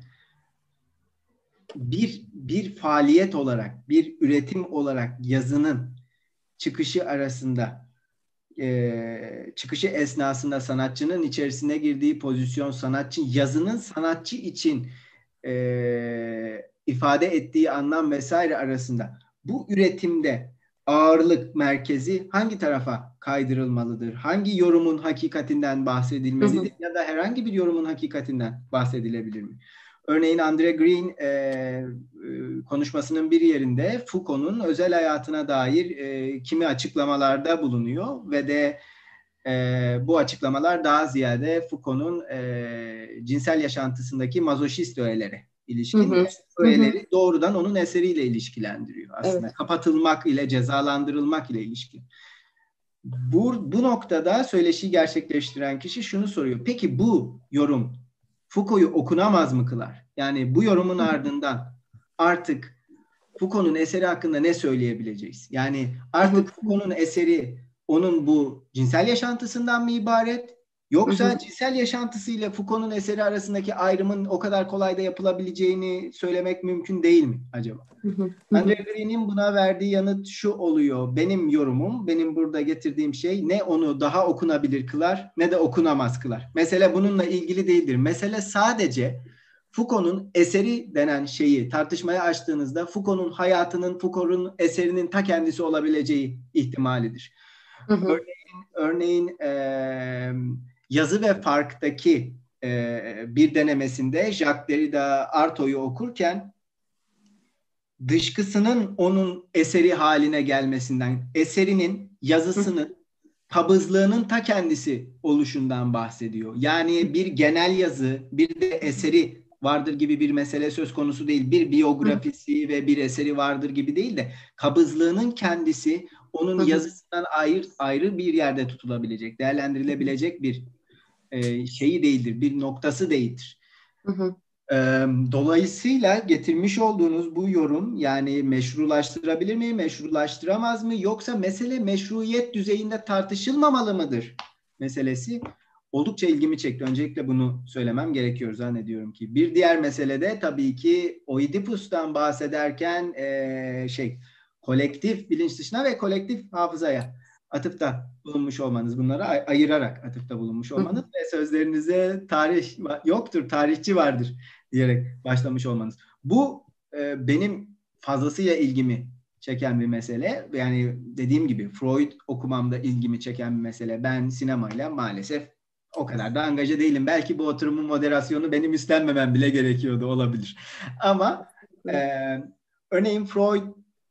bir faaliyet olarak, bir üretim olarak yazının çıkışı arasında, çıkışı esnasında sanatçının içerisine girdiği pozisyon, yazının sanatçı için ifade ettiği anlam vesaire arasında bu üretimde ağırlık merkezi hangi tarafa kaydırılmalıdır? Hangi yorumun hakikatinden bahsedilmelidir? Ya da herhangi bir yorumun hakikatinden bahsedilebilir mi? Örneğin Andre Green konuşmasının bir yerinde Foucault'un özel hayatına dair kimi açıklamalarda bulunuyor ve de bu açıklamalar daha ziyade Foucault'un cinsel yaşantısındaki mazoşist öğelere ilişkin öğeleri doğrudan onun eseriyle ilişkilendiriyor aslında. Evet. Kapatılmak ile, cezalandırılmak ile ilişkin. Bu noktada söyleşiyi gerçekleştiren kişi şunu soruyor. Peki bu yorum Foucault'u okunamaz mı kılar? Yani bu yorumun ardından artık Foucault'un eseri hakkında ne söyleyebileceğiz? Yani artık Foucault'un eseri onun bu cinsel yaşantısından mı ibaret? Yoksa cinsel yaşantısıyla Foucault'un eseri arasındaki ayrımın o kadar kolay da yapılabileceğini söylemek mümkün değil mi acaba? Andre Green'in buna verdiği yanıt şu oluyor. Benim yorumum, benim burada getirdiğim şey ne onu daha okunabilir kılar ne de okunamaz kılar. Mesele bununla ilgili değildir. Mesele sadece Foucault'un eseri denen şeyi tartışmaya açtığınızda Foucault'un hayatının, Foucault'un eserinin ta kendisi olabileceği ihtimalidir. Örneğin Yazı ve Fark'taki bir denemesinde Jacques Derrida Artaud'u okurken dışkısının onun eseri haline gelmesinden, eserinin, yazısının, kabızlığının ta kendisi oluşundan bahsediyor. Yani bir genel yazı, bir de eseri vardır gibi bir mesele söz konusu değil. Bir biyografisi ve bir eseri vardır gibi değil de kabızlığının kendisi onun yazısından ayrı bir yerde tutulabilecek, değerlendirilebilecek bir şeyi değildir, bir noktası değildir. Dolayısıyla getirmiş olduğunuz bu yorum yani meşrulaştırabilir mi, meşrulaştıramaz mı yoksa mesele meşruiyet düzeyinde tartışılmamalı mıdır meselesi oldukça ilgimi çekti. Öncelikle bunu söylemem gerekiyor zannediyorum ki. Bir diğer mesele de tabii ki Oidipus'tan bahsederken kolektif bilinç dışına ve kolektif hafızaya atıfta bulunmuş olmanız, bunları ayırarak atıfta bulunmuş olmanız ve sözlerinize tarih yoktur, tarihçi vardır diyerek başlamış olmanız. Bu benim fazlasıyla ilgimi çeken bir mesele. Yani dediğim gibi Freud okumamda ilgimi çeken bir mesele. Ben sinemayla maalesef o kadar da angaja değilim. Belki bu oturumun moderasyonu benim üstlenmemem bile gerekiyordu, olabilir. Ama örneğin Freud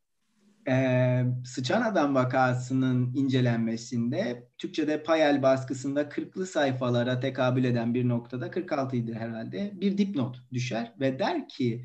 Sıçan Adam vakasının incelenmesinde Türkçe'de Payel baskısında 40'lı sayfalara tekabül eden bir noktada 46'ydı herhalde bir dipnot düşer ve der ki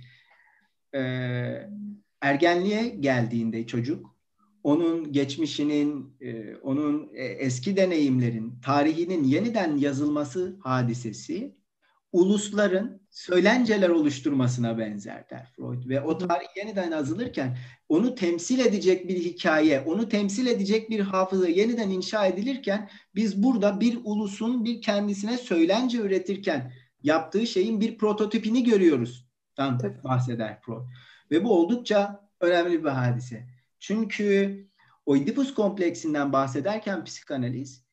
ergenliğe geldiğinde çocuk onun geçmişinin, onun eski deneyimlerin, tarihinin yeniden yazılması hadisesi ulusların söylenceler oluşturmasına benzer der Freud. Ve o tarih yeniden yazılırken onu temsil edecek bir hikaye, onu temsil edecek bir hafıza yeniden inşa edilirken biz burada bir ulusun bir kendisine söylence üretirken yaptığı şeyin bir prototipini görüyoruz. Bahseder Freud. Ve bu oldukça önemli bir hadise. Çünkü Oidipus kompleksinden bahsederken psikanaliz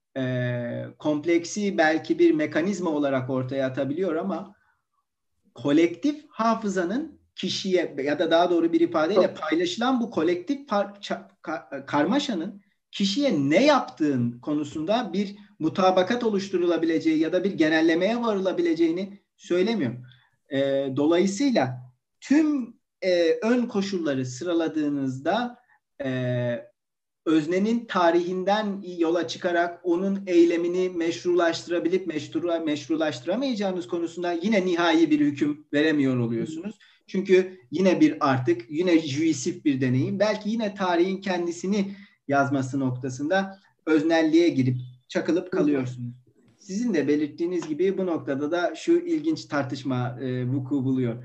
kompleksi belki bir mekanizma olarak ortaya atabiliyor ama kolektif hafızanın kişiye ya da daha doğru bir ifadeyle paylaşılan bu kolektif karmaşanın kişiye ne yaptığın konusunda bir mutabakat oluşturulabileceği ya da bir genellemeye varılabileceğini söylemiyor. Dolayısıyla tüm ön koşulları sıraladığınızda öznenin tarihinden yola çıkarak onun eylemini meşrulaştırabilip meşrulaştıramayacağınız konusunda yine nihai bir hüküm veremiyor oluyorsunuz. Çünkü yine jüisif bir deneyim. Belki yine tarihin kendisini yazması noktasında öznelliğe girip çakılıp kalıyorsunuz. Sizin de belirttiğiniz gibi bu noktada da şu ilginç tartışma vuku buluyor.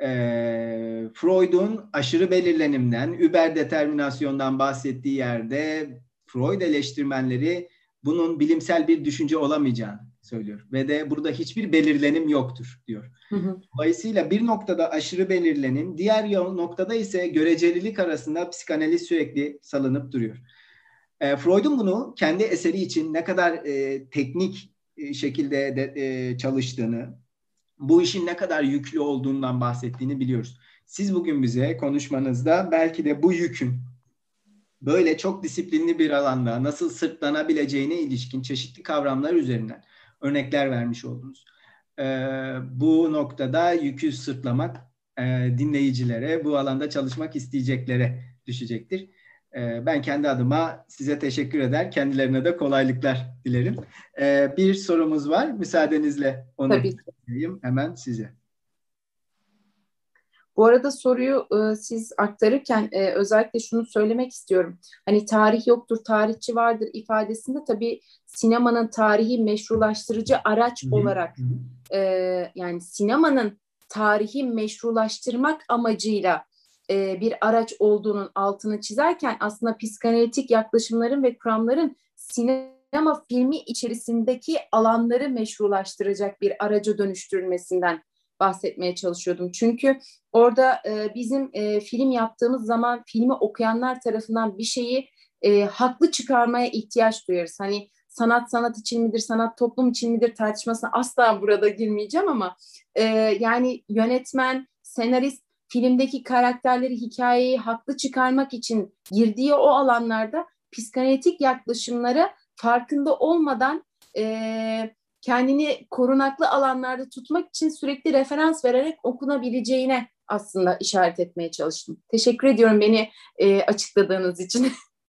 Freud'un aşırı belirlenimden, überdeterminasyondan bahsettiği yerde Freud eleştirmenleri bunun bilimsel bir düşünce olamayacağını söylüyor. Ve de burada hiçbir belirlenim yoktur diyor. Dolayısıyla bir noktada aşırı belirlenim, diğer noktada ise görecelilik arasında psikanaliz sürekli salınıp duruyor. Freud'un bunu kendi eseri için ne kadar teknik şekilde çalıştığını, bu işin ne kadar yüklü olduğundan bahsettiğini biliyoruz. Siz bugün bize konuşmanızda belki de bu yükün böyle çok disiplinli bir alanda nasıl sırtlanabileceğine ilişkin çeşitli kavramlar üzerinden örnekler vermiş oldunuz. Bu noktada yükü sırtlamak dinleyicilere, bu alanda çalışmak isteyeceklere düşecektir. Ben kendi adıma size teşekkür eder, kendilerine de kolaylıklar dilerim. Bir sorumuz var, müsaadenizle onu sorayım hemen size. Bu arada soruyu siz aktarırken özellikle şunu söylemek istiyorum. Hani tarih yoktur, tarihçi vardır ifadesinde tabii sinemanın tarihi meşrulaştırıcı araç olarak yani sinemanın tarihi meşrulaştırmak amacıyla bir araç olduğunun altını çizerken aslında psikanalitik yaklaşımların ve kuramların sinema filmi içerisindeki alanları meşrulaştıracak bir araca dönüştürülmesinden bahsetmeye çalışıyordum. Çünkü orada bizim film yaptığımız zaman filmi okuyanlar tarafından bir şeyi haklı çıkarmaya ihtiyaç duyarız. Hani sanat için midir, sanat toplum için midir tartışmasına asla burada girmeyeceğim ama yani yönetmen, senarist filmdeki karakterleri, hikayeyi haklı çıkarmak için girdiği o alanlarda psikanalitik yaklaşımları farkında olmadan kendini korunaklı alanlarda tutmak için sürekli referans vererek okunabileceğine aslında işaret etmeye çalıştım. Teşekkür ediyorum beni açıkladığınız için.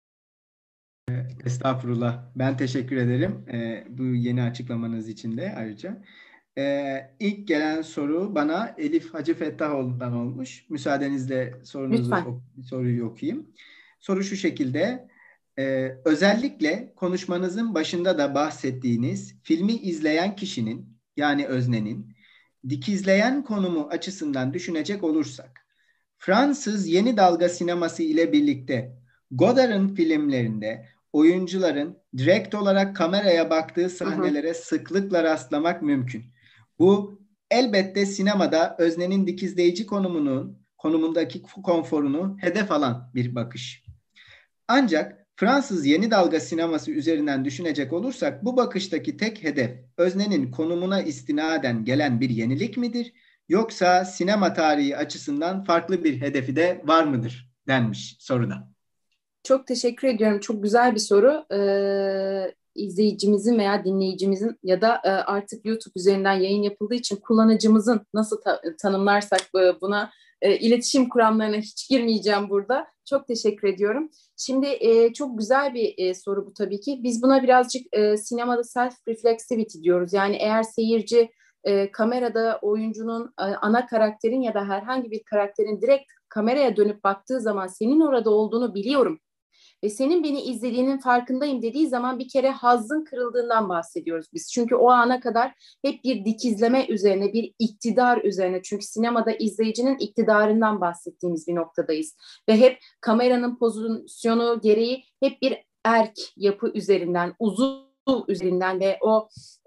Estağfurullah. Ben teşekkür ederim bu yeni açıklamanız için de ayrıca. İlk gelen soru bana Elif Hacı Fettahoğlu'ndan olmuş. Müsaadenizle soruyu okuyayım. Soru şu şekilde. Özellikle konuşmanızın başında da bahsettiğiniz filmi izleyen kişinin yani öznenin dikizleyen konumu açısından düşünecek olursak Fransız yeni dalga sineması ile birlikte Godard'ın filmlerinde oyuncuların direkt olarak kameraya baktığı sahnelere sıklıkla rastlamak mümkün. Bu elbette sinemada öznenin dikizleyici konumundaki konforunu hedef alan bir bakış. Ancak Fransız yeni dalga sineması üzerinden düşünecek olursak bu bakıştaki tek hedef öznenin konumuna istinaden gelen bir yenilik midir? Yoksa sinema tarihi açısından farklı bir hedefi de var mıdır denmiş soruda. Çok teşekkür ediyorum. Çok güzel bir soru. İzleyicimizin veya dinleyicimizin ya da artık YouTube üzerinden yayın yapıldığı için kullanıcımızın nasıl tanımlarsak buna iletişim kuramlarına hiç girmeyeceğim burada. Çok teşekkür ediyorum. Şimdi çok güzel bir soru bu tabii ki. Biz buna birazcık sinemada self-reflexivity diyoruz. Yani eğer seyirci kamerada oyuncunun, ana karakterin ya da herhangi bir karakterin direkt kameraya dönüp baktığı zaman senin orada olduğunu biliyorum ve senin beni izlediğinin farkındayım dediği zaman bir kere hazzın kırıldığından bahsediyoruz biz. Çünkü o ana kadar hep bir dikizleme üzerine, bir iktidar üzerine. Çünkü sinemada izleyicinin iktidarından bahsettiğimiz bir noktadayız. Ve hep kameranın pozisyonu gereği hep bir erk yapı üzerinden, uzuv üzerinden ve o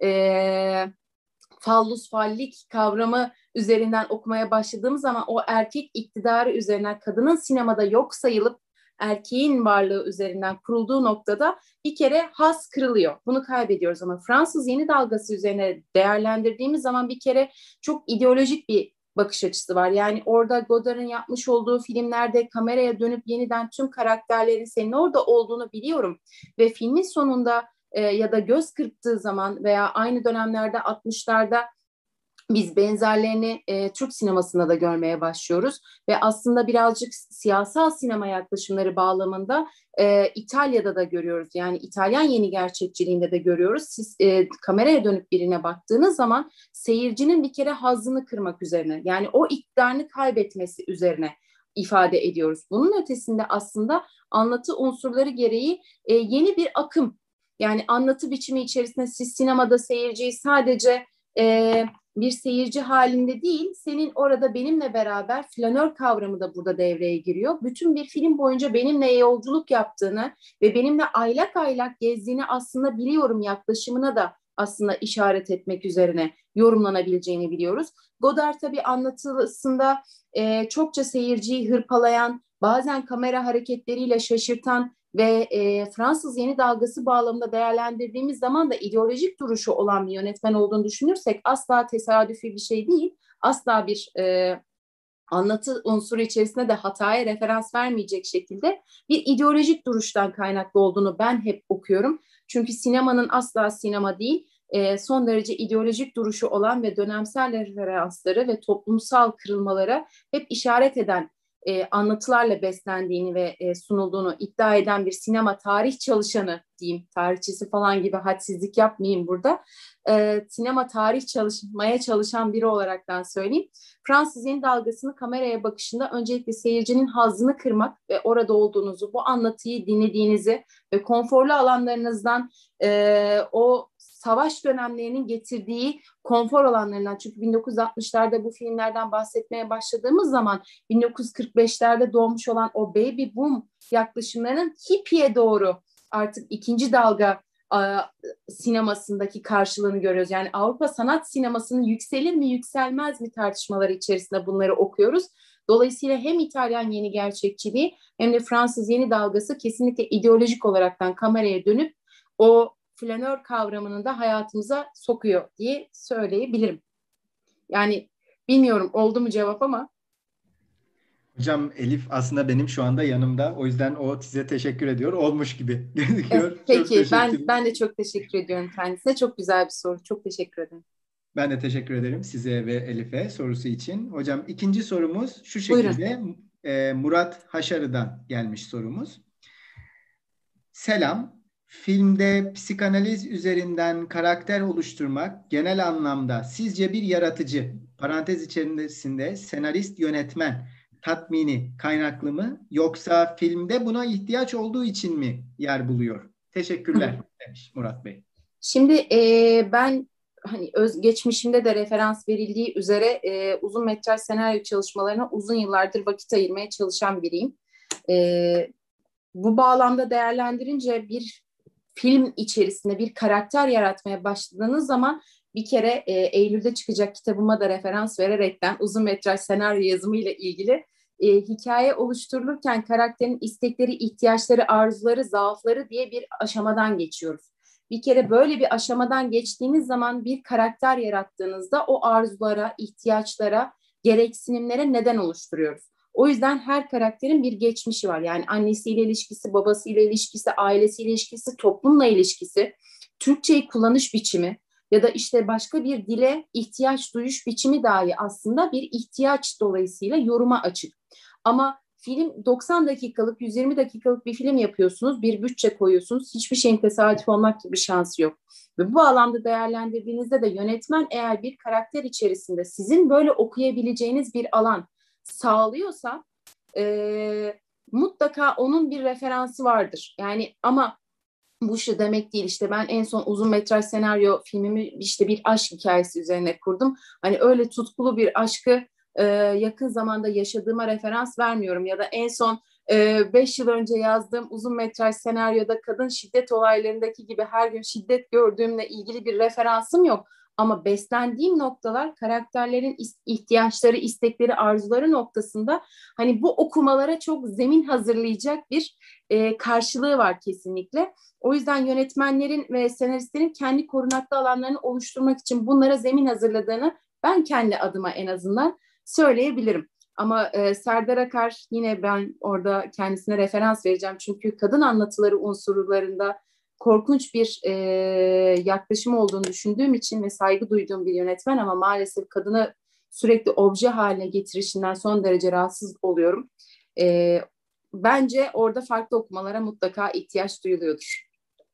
fallus fallik kavramı üzerinden okumaya başladığımız zaman o erkek iktidarı üzerinden kadının sinemada yok sayılıp erkeğin varlığı üzerinden kurulduğu noktada bir kere haz kırılıyor. Bunu kaybediyoruz ama Fransız yeni dalgası üzerine değerlendirdiğimiz zaman bir kere çok ideolojik bir bakış açısı var. Yani orada Godard'ın yapmış olduğu filmlerde kameraya dönüp yeniden tüm karakterlerin senin orada olduğunu biliyorum ve filmin sonunda ya da göz kırptığı zaman veya aynı dönemlerde 60'larda biz benzerlerini Türk sinemasında da görmeye başlıyoruz ve aslında birazcık siyasal sinema yaklaşımları bağlamında İtalya'da da görüyoruz. Yani İtalyan yeni gerçekçiliğinde de görüyoruz. Siz kameraya dönüp birine baktığınız zaman seyircinin bir kere hazzını kırmak üzerine, yani o iktidarını kaybetmesi üzerine ifade ediyoruz. Bunun ötesinde aslında anlatı unsurları gereği yeni bir akım. Yani anlatı biçimi içerisinde siz sinemada seyirciyi sadece bir seyirci halinde değil, senin orada benimle beraber flanör kavramı da burada devreye giriyor. Bütün bir film boyunca benimle yolculuk yaptığını ve benimle aylak aylak gezdiğini aslında biliyorum yaklaşımına da aslında işaret etmek üzerine yorumlanabileceğini biliyoruz. Godard tabii anlatısında çokça seyirciyi hırpalayan, bazen kamera hareketleriyle şaşırtan ve Fransız yeni dalgası bağlamında değerlendirdiğimiz zaman da ideolojik duruşu olan bir yönetmen olduğunu düşünürsek asla tesadüfi bir şey değil. Asla bir anlatı unsuru içerisinde de hataya referans vermeyecek şekilde bir ideolojik duruştan kaynaklı olduğunu ben hep okuyorum. Çünkü sinemanın asla sinema değil, son derece ideolojik duruşu olan ve dönemsel referansları ve toplumsal kırılmalara hep işaret eden anlatılarla beslendiğini ve sunulduğunu iddia eden bir sinema tarih çalışanı diyeyim, tarihçisi falan gibi hadsizlik yapmayayım burada. Sinema tarih çalışmaya çalışan biri olaraktan söyleyeyim. Fransız Yeni Dalgası'nı kameraya bakışında öncelikle seyircinin hazzını kırmak ve orada olduğunuzu, bu anlatıyı dinlediğinizi ve konforlu alanlarınızdan o savaş dönemlerinin getirdiği konfor alanlarından, çünkü 1960'larda bu filmlerden bahsetmeye başladığımız zaman 1945'lerde doğmuş olan o baby boom yaklaşımlarının hippie'ye doğru artık ikinci dalga sinemasındaki karşılığını görüyoruz. Yani Avrupa sanat sinemasının yükselir mi yükselmez mi tartışmaları içerisinde bunları okuyoruz. Dolayısıyla hem İtalyan yeni gerçekçiliği hem de Fransız yeni dalgası kesinlikle ideolojik olaraktan kameraya dönüp o flanör kavramını da hayatımıza sokuyor diye söyleyebilirim. Yani bilmiyorum oldu mu cevap ama. Hocam Elif aslında benim şu anda yanımda. O yüzden o size teşekkür ediyor. Olmuş gibi gözüküyor. Peki ben de çok teşekkür ediyorum kendisine. Çok güzel bir soru. Çok teşekkür ederim. Ben de teşekkür ederim size ve Elif'e sorusu için. Hocam ikinci sorumuz şu şekilde. Murat Haşarı'dan gelmiş sorumuz. Selam. Filmde psikanaliz üzerinden karakter oluşturmak genel anlamda sizce bir yaratıcı, parantez içerisinde senarist, yönetmen tatmini kaynaklı mı, yoksa filmde buna ihtiyaç olduğu için mi yer buluyor? Teşekkürler demiş Murat Bey. Şimdi ben hani geçmişimde de referans verildiği üzere uzun metraj senaryo çalışmalarına uzun yıllardır vakit ayırmaya çalışan biriyim. Bu bağlamda değerlendirince bir film içerisinde bir karakter yaratmaya başladığınız zaman bir kere Eylül'de çıkacak kitabıma da referans vererekten uzun metraj senaryo yazımı ile ilgili hikaye oluşturulurken karakterin istekleri, ihtiyaçları, arzuları, zaafları diye bir aşamadan geçiyoruz. Bir kere böyle bir aşamadan geçtiğiniz zaman bir karakter yarattığınızda o arzulara, ihtiyaçlara, gereksinimlere neden oluşturuyoruz. O yüzden her karakterin bir geçmişi var. Yani annesiyle ilişkisi, babasıyla ilişkisi, ailesiyle ilişkisi, toplumla ilişkisi, Türkçeyi kullanış biçimi ya da işte başka bir dile ihtiyaç duyuş biçimi dahi aslında bir ihtiyaç dolayısıyla yoruma açık. Ama film 90 dakikalık, 120 dakikalık bir film yapıyorsunuz, bir bütçe koyuyorsunuz. Hiçbir şeyin tesadüf olmak gibi bir şansı yok. Ve bu alanda değerlendirdiğinizde de yönetmen eğer bir karakter içerisinde sizin böyle okuyabileceğiniz bir alan sağlıyorsa mutlaka onun bir referansı vardır. Yani ama bu şu demek değil, işte ben en son uzun metraj senaryo filmimi işte bir aşk hikayesi üzerine kurdum. Hani öyle tutkulu bir aşkı yakın zamanda yaşadığıma referans vermiyorum ya da en son 5 yıl önce yazdığım uzun metraj senaryoda kadın şiddet olaylarındaki gibi her gün şiddet gördüğümle ilgili bir referansım yok. Ama beslendiğim noktalar karakterlerin ihtiyaçları, istekleri, arzuları noktasında hani bu okumalara çok zemin hazırlayacak bir karşılığı var kesinlikle. O yüzden yönetmenlerin ve senaristlerin kendi korunaklı alanlarını oluşturmak için bunlara zemin hazırladığını ben kendi adıma en azından söyleyebilirim. Ama Serdar Akar, yine ben orada kendisine referans vereceğim. Çünkü kadın anlatıları unsurlarında korkunç bir yaklaşım olduğunu düşündüğüm için ve saygı duyduğum bir yönetmen, ama maalesef kadını sürekli obje haline getirişinden son derece rahatsız oluyorum. Bence orada farklı okumalara mutlaka ihtiyaç duyuluyordur.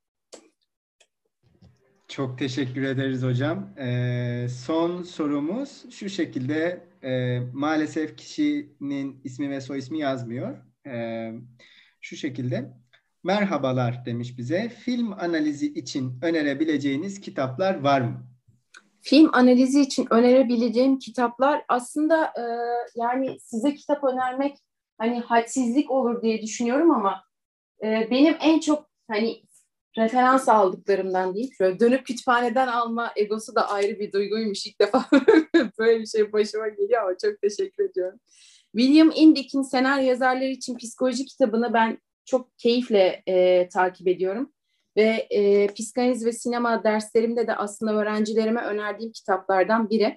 Çok teşekkür ederiz hocam. Son sorumuz şu şekilde. Maalesef kişinin ismi ve soy ismi yazmıyor. Şu şekilde. Merhabalar demiş bize. Film analizi için önerebileceğiniz kitaplar var mı? Film analizi için önerebileceğim kitaplar aslında yani size kitap önermek hani hadsizlik olur diye düşünüyorum ama benim en çok hani referans aldıklarımdan değil, şöyle dönüp kütüphaneden alma egosu da ayrı bir duyguymuş, ilk defa böyle bir şey başıma geliyor ama çok teşekkür ediyorum. William Indick'in senaryo yazarları için psikoloji kitabını ben çok keyifle takip ediyorum. Ve psikanaliz ve sinema derslerimde de aslında öğrencilerime önerdiğim kitaplardan biri.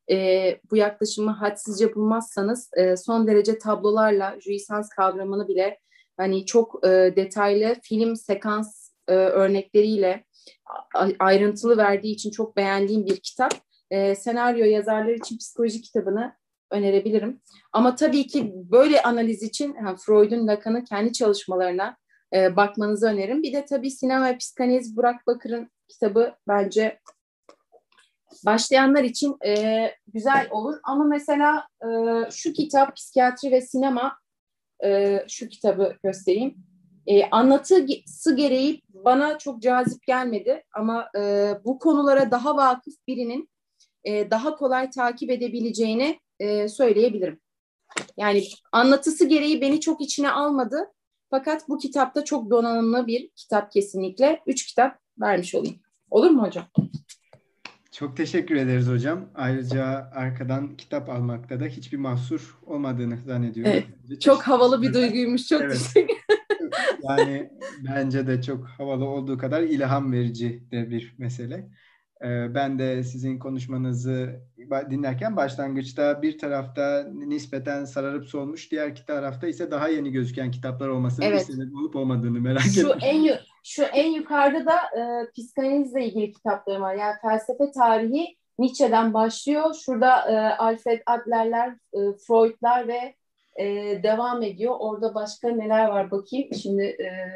bu yaklaşımı hadsizce bulmazsanız son derece tablolarla jouissance kavramını bile hani çok detaylı film sekans örnekleriyle ayrıntılı verdiği için çok beğendiğim bir kitap. Senaryo yazarları için psikoloji kitabını önerebilirim. Ama tabii ki böyle analiz için Freud'un, Lacan'ın kendi çalışmalarına bakmanızı öneririm. Bir de tabii Sinema ve Psikanaliz, Burak Bakır'ın kitabı bence başlayanlar için güzel olur. Ama mesela şu kitap, Psikiyatri ve Sinema, şu kitabı göstereyim. Anlatısı gereği bana çok cazip gelmedi. Ama bu konulara daha vakıf birinin daha kolay takip edebileceğini söyleyebilirim. Yani anlatısı gereği beni çok içine almadı. Fakat bu kitapta çok donanımlı bir kitap kesinlikle. 3 kitap vermiş olayım. Olur mu hocam? Çok teşekkür ederiz hocam. Ayrıca arkadan kitap almakta da hiçbir mahsur olmadığını zannediyorum. Evet, çok havalı bir duyguymuş. Çok evet. teşekkür Yani bence de çok havalı olduğu kadar ilham verici de bir mesele. Ben de sizin konuşmanızı dinlerken başlangıçta bir tarafta nispeten sararıp solmuş, diğer tarafta ise daha yeni gözüken kitaplar olmasının bir sebep olup olmadığını merak ettim. Şu en yukarıda da psikanalizle ilgili kitaplarım var. Yani felsefe tarihi Nietzsche'den başlıyor. Şurada Alfred Adler'ler, Freud'lar ve devam ediyor. Orada başka neler var bakayım. Şimdi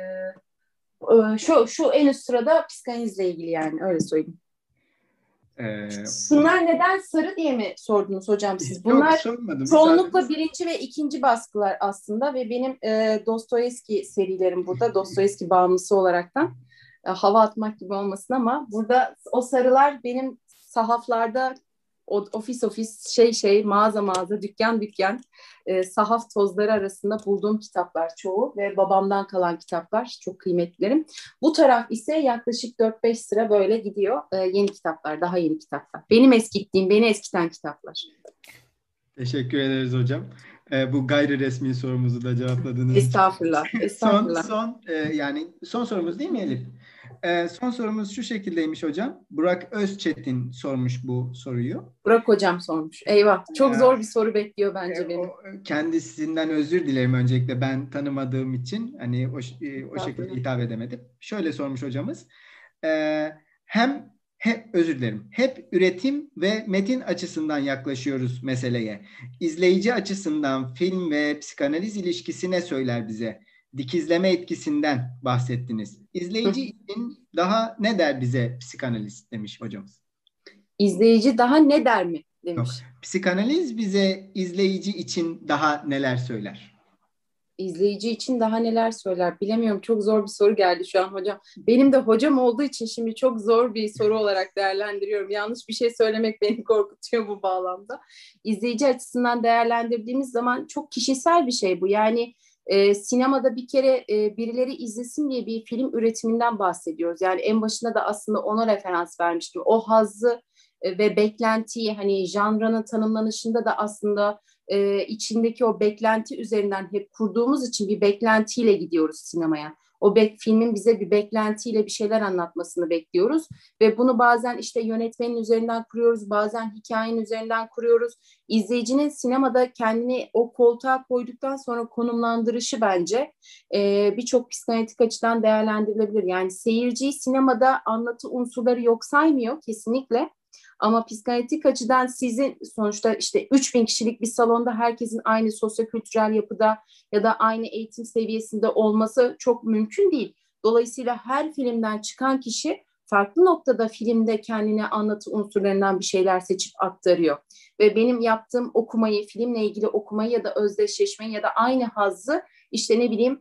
şu en üst sırada psikanalizle ilgili, yani öyle söyleyeyim. Bunlar neden sarı diye mi sordunuz hocam siz? Bunlar çoğunlukla birinci ve ikinci baskılar aslında ve benim Dostoyevski serilerim burada. Dostoyevski bağımlısı olaraktan hava atmak gibi olmasın ama burada o sarılar benim sahaflarda ofis mağaza dükkan sahaf tozları arasında bulduğum kitaplar çoğu ve babamdan kalan kitaplar, çok kıymetlilerim. Bu taraf ise yaklaşık 4-5 sıra böyle gidiyor. Yeni kitaplar, daha yeni kitaplar. Beni eskiten kitaplar. Teşekkür ederiz hocam. Bu gayri resmi sorumuzu da cevapladınız. Estağfurullah. Yani son sorumuz değil mi Elif? Son sorumuz şu şekildeymiş hocam. Burak Özçetin sormuş bu soruyu. Burak hocam sormuş. Eyvah. Çok zor bir soru bekliyor bence beni. Kendisinden özür dilerim öncelikle, ben tanımadığım için hani o şekilde hitap edemedim. Şöyle sormuş hocamız. Özür dilerim. Hep üretim ve metin açısından yaklaşıyoruz meseleye. İzleyici açısından film ve psikanaliz ilişkisi ne söyler bize? Dikizleme etkisinden bahsettiniz. İzleyici için daha ne der bize psikanaliz demiş hocamız. İzleyici daha ne der mi demiş. Yok. Psikanaliz bize izleyici için daha neler söyler? İzleyici için daha neler söyler? Bilemiyorum. Çok zor bir soru geldi şu an hocam. Benim de hocam olduğu için şimdi çok zor bir soru olarak değerlendiriyorum. Yanlış bir şey söylemek beni korkutuyor bu bağlamda. İzleyici açısından değerlendirdiğimiz zaman çok kişisel bir şey bu. Yani sinemada bir kere birileri izlesin diye bir film üretiminden bahsediyoruz. Yani en başında da aslında ona referans vermiştim. O hazzı ve beklentiyi, hani janranın tanımlanışında da aslında içindeki o beklenti üzerinden hep kurduğumuz için bir beklentiyle gidiyoruz sinemaya. Filmin bize bir beklentiyle bir şeyler anlatmasını bekliyoruz ve bunu bazen işte yönetmenin üzerinden kuruyoruz, bazen hikayenin üzerinden kuruyoruz. İzleyicinin sinemada kendini o koltuğa koyduktan sonra konumlandırışı bence birçok psikanalitik açıdan değerlendirilebilir. Yani seyirciyi sinemada anlatı unsurları yok saymıyor kesinlikle. Ama psikanalitik açıdan sizin sonuçta işte 3000 kişilik bir salonda herkesin aynı sosyokültürel yapıda ya da aynı eğitim seviyesinde olması çok mümkün değil. Dolayısıyla her filmden çıkan kişi farklı noktada filmde kendine anlatı unsurlarından bir şeyler seçip aktarıyor. Ve benim yaptığım okumayı, filmle ilgili okumayı ya da özdeşleşmeyi ya da aynı hazzı işte ne bileyim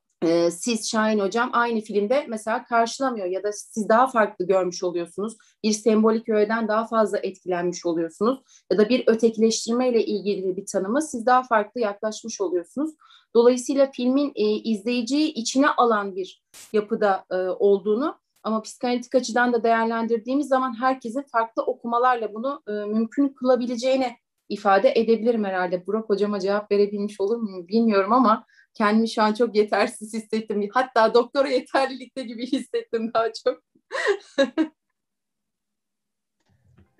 siz Şahin hocam aynı filmde mesela karşılamıyor ya da siz daha farklı görmüş oluyorsunuz. Bir sembolik öğeden daha fazla etkilenmiş oluyorsunuz ya da bir ötekileştirmeyle ilgili bir tanıma siz daha farklı yaklaşmış oluyorsunuz. Dolayısıyla filmin izleyiciyi içine alan bir yapıda olduğunu ama psikanalitik açıdan da değerlendirdiğimiz zaman herkesin farklı okumalarla bunu mümkün kılabileceğini ifade edebilirim herhalde. Burak hocama cevap verebilmiş olur muyum bilmiyorum ama kendimi şu an çok yetersiz hissettim. Hatta doktora yeterlilikte gibi hissettim daha çok.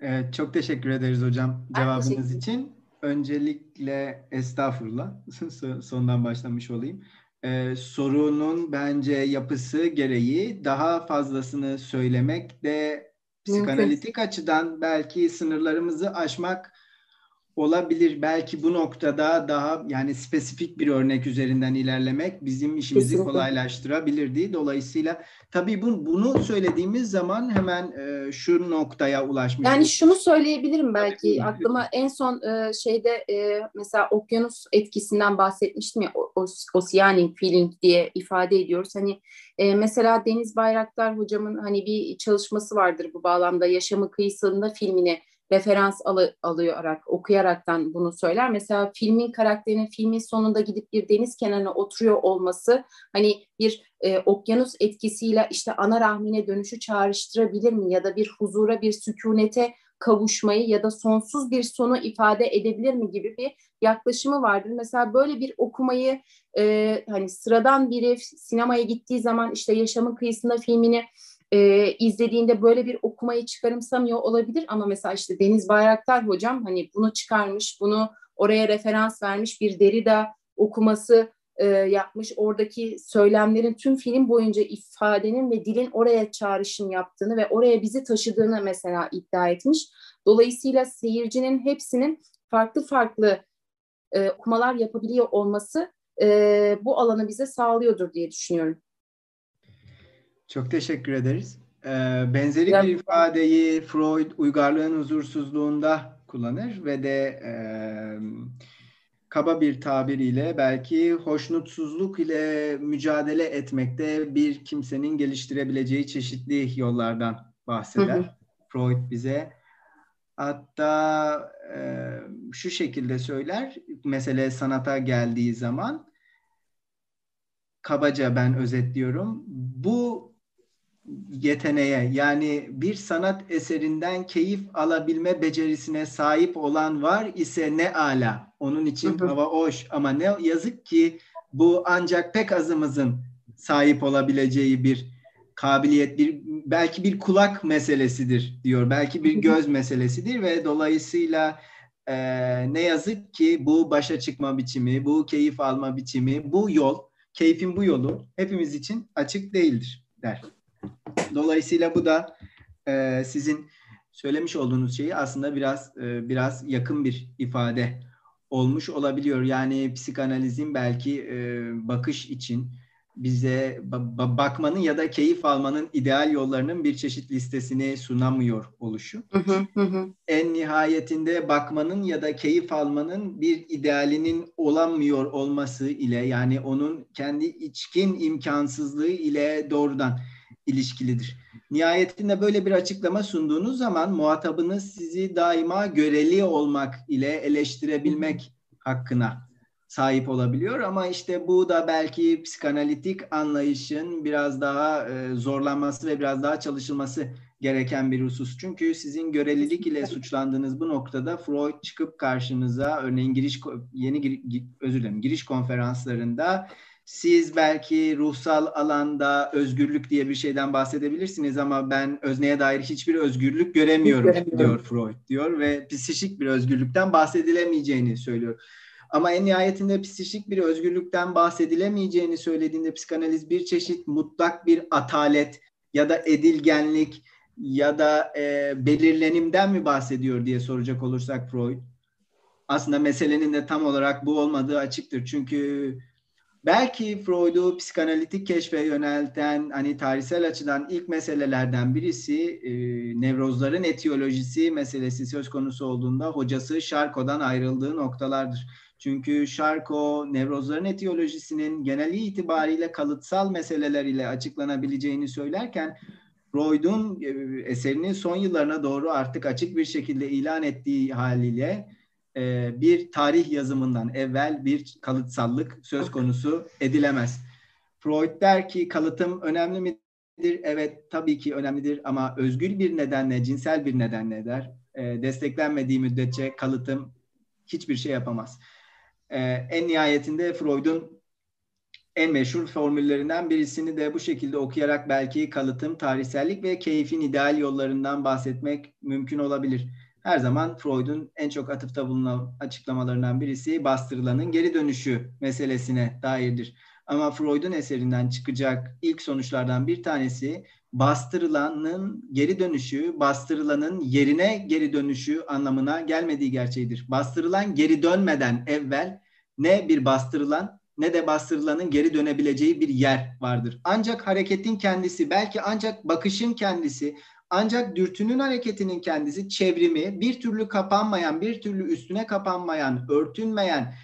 Evet, çok teşekkür ederiz hocam Ben cevabınız teşekkür için. Öncelikle estağfurullah, sondan başlamış olayım. Sorunun bence yapısı gereği daha fazlasını söylemek de Mümkün. psikanalitik açıdan belki sınırlarımızı aşmak olabilir. Belki bu noktada daha yani spesifik bir örnek üzerinden ilerlemek bizim işimizi Kesinlikle. kolaylaştırabilirdi. Dolayısıyla tabii bunu söylediğimiz zaman hemen şu noktaya ulaşmış Yani oluyoruz. şunu söyleyebilirim, Tabii belki buyurun, aklıma lütfen. en son mesela okyanus etkisinden bahsetmiştim ya, oceanic feeling diye ifade ediyoruz. Hani mesela Deniz Bayraktar hocamın hani bir çalışması vardır bu bağlamda, Yaşamı Kıyısında filmini referans alarak, okuyaraktan bunu söyler. Mesela filmin karakterinin filmin sonunda gidip bir deniz kenarına oturuyor olması hani bir okyanus etkisiyle işte ana rahmine dönüşü çağrıştırabilir mi? Ya da bir huzura, bir sükunete kavuşmayı ya da sonsuz bir sonu ifade edebilir mi gibi bir yaklaşımı vardır. Mesela böyle bir okumayı hani sıradan biri sinemaya gittiği zaman işte Yaşamın Kıyısında filmini izlediğinde böyle bir okumayı çıkarımsamıyor olabilir, ama mesela işte Deniz Bayraktar hocam hani bunu çıkarmış, bunu oraya referans vermiş, bir Derrida okuması yapmış. Oradaki söylemlerin tüm film boyunca ifadenin ve dilin oraya çağrışım yaptığını ve oraya bizi taşıdığını mesela iddia etmiş. Dolayısıyla seyircinin hepsinin farklı farklı okumalar yapabiliyor olması bu alanı bize sağlıyordur diye düşünüyorum. Çok teşekkür ederiz. Benzeri bir Güzel. ifadeyi Freud uygarlığın huzursuzluğunda kullanır ve de kaba bir tabiriyle belki hoşnutsuzluk ile mücadele etmekte bir kimsenin geliştirebileceği çeşitli yollardan Hı hı. bahseder. Freud bize hatta şu şekilde söyler, mesele sanata geldiği zaman kabaca ben özetliyorum. Bu yeteneğe yani bir sanat eserinden keyif alabilme becerisine sahip olan var ise ne ala. Onun Hı için hı. hava hoş ama ne yazık ki bu ancak pek azımızın sahip olabileceği bir kabiliyet, belki bir kulak meselesidir diyor. Belki bir göz meselesidir ve dolayısıyla ne yazık ki bu başa çıkma biçimi, bu keyif alma biçimi, bu yol, keyfin bu yolu hepimiz için açık değildir der. Dolayısıyla bu da sizin söylemiş olduğunuz şeyi aslında biraz yakın bir ifade olmuş olabiliyor. Yani psikanalizin belki bakış için bize bakmanın ya da keyif almanın ideal yollarının bir çeşit listesini sunamıyor oluşu. Hı hı. Hı hı. En nihayetinde bakmanın ya da keyif almanın bir idealinin olamıyor olması ile yani onun kendi içkin imkansızlığı ile doğrudan ilişkilidir. Nihayetinde böyle bir açıklama sunduğunuz zaman muhatabınız sizi daima göreli olmak ile eleştirebilmek hakkına sahip olabiliyor. Ama işte bu da belki psikanalitik anlayışın biraz daha zorlanması ve biraz daha çalışılması gereken bir husus. Çünkü sizin görelilik ile suçlandığınız bu noktada Freud çıkıp karşınıza örneğin giriş konferanslarında siz belki ruhsal alanda özgürlük diye bir şeyden bahsedebilirsiniz ama ben özneye dair hiçbir özgürlük göremiyorum diyor Freud diyor ve psikik bir özgürlükten bahsedilemeyeceğini söylüyor. Ama en nihayetinde psikik bir özgürlükten bahsedilemeyeceğini söylediğinde psikanaliz bir çeşit mutlak bir atalet ya da edilgenlik ya da belirlenimden mi bahsediyor diye soracak olursak Freud. Aslında meselenin de tam olarak bu olmadığı açıktır. Çünkü belki Freud'u psikanalitik keşfe yönelten hani tarihsel açıdan ilk meselelerden birisi nevrozların etiyolojisi meselesi söz konusu olduğunda hocası Charcot'dan ayrıldığı noktalardır. Çünkü Charcot nevrozların etiyolojisinin geneli itibariyle kalıtsal meseleler ile açıklanabileceğini söylerken Freud'un eserinin son yıllarına doğru artık açık bir şekilde ilan ettiği haliyle bir tarih yazımından evvel bir kalıtsallık söz konusu edilemez. Freud der ki kalıtım önemli midir? Evet tabii ki önemlidir ama özgür bir nedenle, cinsel bir nedenle der. Desteklenmediği müddetçe kalıtım hiçbir şey yapamaz. En nihayetinde Freud'un en meşhur formüllerinden birisini de bu şekilde okuyarak belki kalıtım, tarihsellik ve keyfin ideal yollarından bahsetmek mümkün olabilir. Her zaman Freud'un en çok atıfta bulunan açıklamalarından birisi bastırılanın geri dönüşü meselesine dairdir. Ama Freud'un eserinden çıkacak ilk sonuçlardan bir tanesi bastırılanın geri dönüşü, bastırılanın yerine geri dönüşü anlamına gelmediği gerçeğidir. Bastırılan geri dönmeden evvel ne bir bastırılan ne de bastırılanın geri dönebileceği bir yer vardır. Ancak hareketin kendisi, belki ancak bakışın kendisi, ancak dürtünün hareketinin kendisi, çevrimi, bir türlü kapanmayan, bir türlü üstüne kapanmayan, örtünmeyen,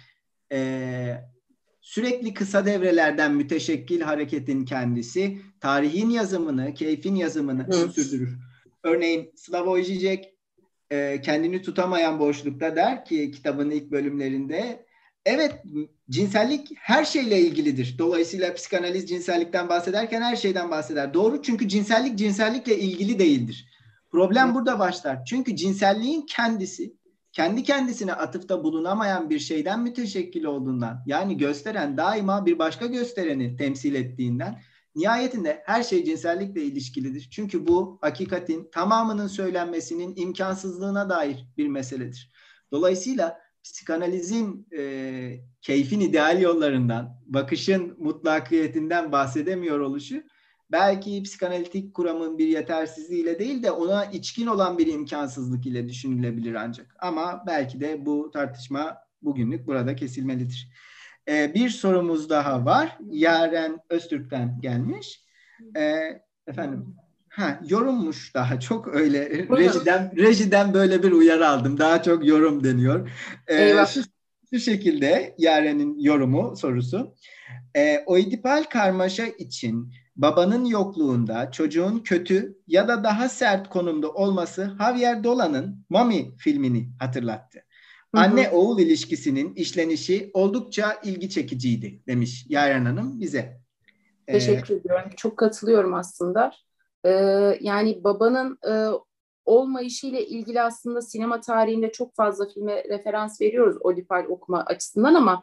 sürekli kısa devrelerden müteşekkil hareketin kendisi, tarihin yazımını, keyfin yazımını sürdürür. Örneğin Slavoj Žižek kendini tutamayan boşlukta der ki kitabın ilk bölümlerinde, evet, cinsellik her şeyle ilgilidir. Dolayısıyla psikanaliz cinsellikten bahsederken her şeyden bahseder. Doğru, çünkü cinsellik cinsellikle ilgili değildir. Problem burada başlar. Çünkü cinselliğin kendisi kendi kendisine atıfta bulunamayan bir şeyden müteşekkil olduğundan, yani gösteren daima bir başka göstereni temsil ettiğinden, nihayetinde her şey cinsellikle ilişkilidir. Çünkü bu hakikatin tamamının söylenmesinin imkansızlığına dair bir meseledir. Dolayısıyla psikanalizin keyfin ideal yollarından, bakışın mutlakiyetinden bahsedemiyor oluşu, belki psikanalitik kuramın bir yetersizliğiyle değil de ona içkin olan bir imkansızlık ile düşünülebilir ancak. Ama belki de bu tartışma bugünlük burada kesilmelidir. Bir sorumuz daha var. Yaren Öztürk'ten gelmiş. Efendim, yorummuş daha çok öyle. Rejiden böyle bir uyarı aldım. Daha çok yorum deniyor. Şu şekilde Yaren'in sorusu. Oidipal karmaşa için babanın yokluğunda çocuğun kötü ya da daha sert konumda olması Javier Dolan'ın Mami filmini hatırlattı. Anne-oğul ilişkisinin işlenişi oldukça ilgi çekiciydi demiş Yaren Hanım bize. Teşekkür ediyorum. Çok katılıyorum aslında. Yani babanın olmayışıyla ilgili aslında sinema tarihinde çok fazla filme referans veriyoruz Oedipal okuma açısından ama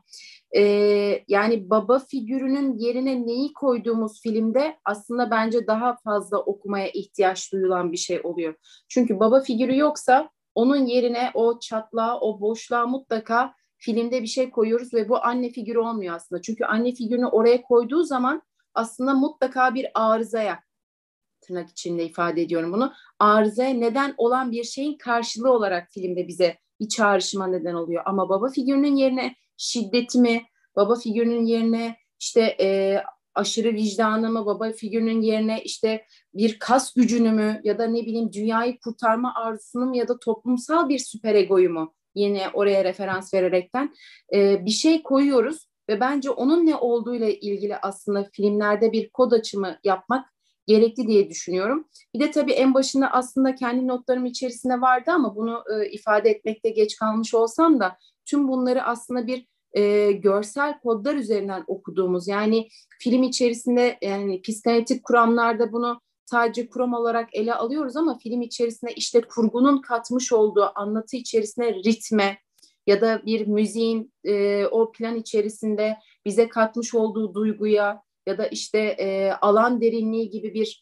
yani baba figürünün yerine neyi koyduğumuz filmde aslında bence daha fazla okumaya ihtiyaç duyulan bir şey oluyor. Çünkü baba figürü yoksa onun yerine o çatlağa, o boşluğa mutlaka filmde bir şey koyuyoruz ve bu anne figürü olmuyor aslında. Çünkü anne figürünü oraya koyduğu zaman aslında mutlaka bir arızaya, tırnak içinde ifade ediyorum bunu, arızaya neden olan bir şeyin karşılığı olarak filmde bize bir çağrışıma neden oluyor. Ama baba figürünün yerine şiddetimi, baba figürünün yerine işte aşırı vicdanımı, baba figürünün yerine işte bir kas gücünü mü ya da ne bileyim dünyayı kurtarma arzusunu mu ya da toplumsal bir süper egoyu mu yine oraya referans vererekten bir şey koyuyoruz ve bence onun ne olduğuyla ilgili aslında filmlerde bir kod açımı yapmak gerekli diye düşünüyorum. Bir de tabii en başında aslında kendi notlarım içerisinde vardı ama bunu ifade etmekte geç kalmış olsam da tüm bunları aslında bir görsel kodlar üzerinden okuduğumuz, yani film içerisinde, yani psikanalitik kuramlarda bunu sadece kuram olarak ele alıyoruz ama film içerisinde işte kurgunun katmış olduğu anlatı içerisinde ritme ya da bir müziğin o plan içerisinde bize katmış olduğu duyguya ya da işte alan derinliği gibi bir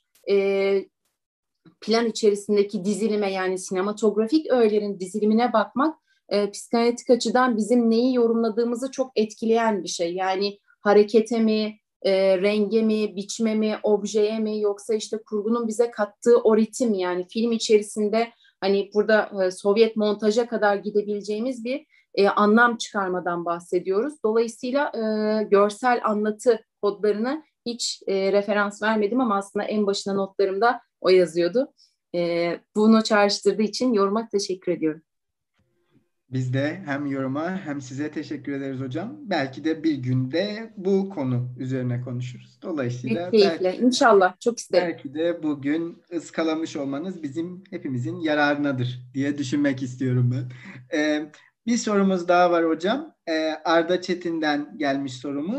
plan içerisindeki dizilime, yani sinematografik öğelerin dizilimine bakmak psikanalitik açıdan bizim neyi yorumladığımızı çok etkileyen bir şey. Yani harekete mi, renge mi, biçime mi, objeye mi, yoksa işte kurgunun bize kattığı o ritim, yani film içerisinde hani burada Sovyet montaja kadar gidebileceğimiz bir anlam çıkarmadan bahsediyoruz. Dolayısıyla görsel anlatı kodlarını hiç referans vermedim ama aslında en başına notlarımda o yazıyordu. Bunu çağrıştırdığı için yoruma teşekkür ediyorum. Biz de hem yoruma hem size teşekkür ederiz hocam. Belki de bir günde bu konu üzerine konuşuruz. Dolayısıyla keyifle, inşallah, çok isterim. Belki de bugün ıskalamış olmanız bizim hepimizin yararınadır diye düşünmek istiyorum ben. Bir sorumuz daha var hocam. Arda Çetin'den gelmiş sorumuz.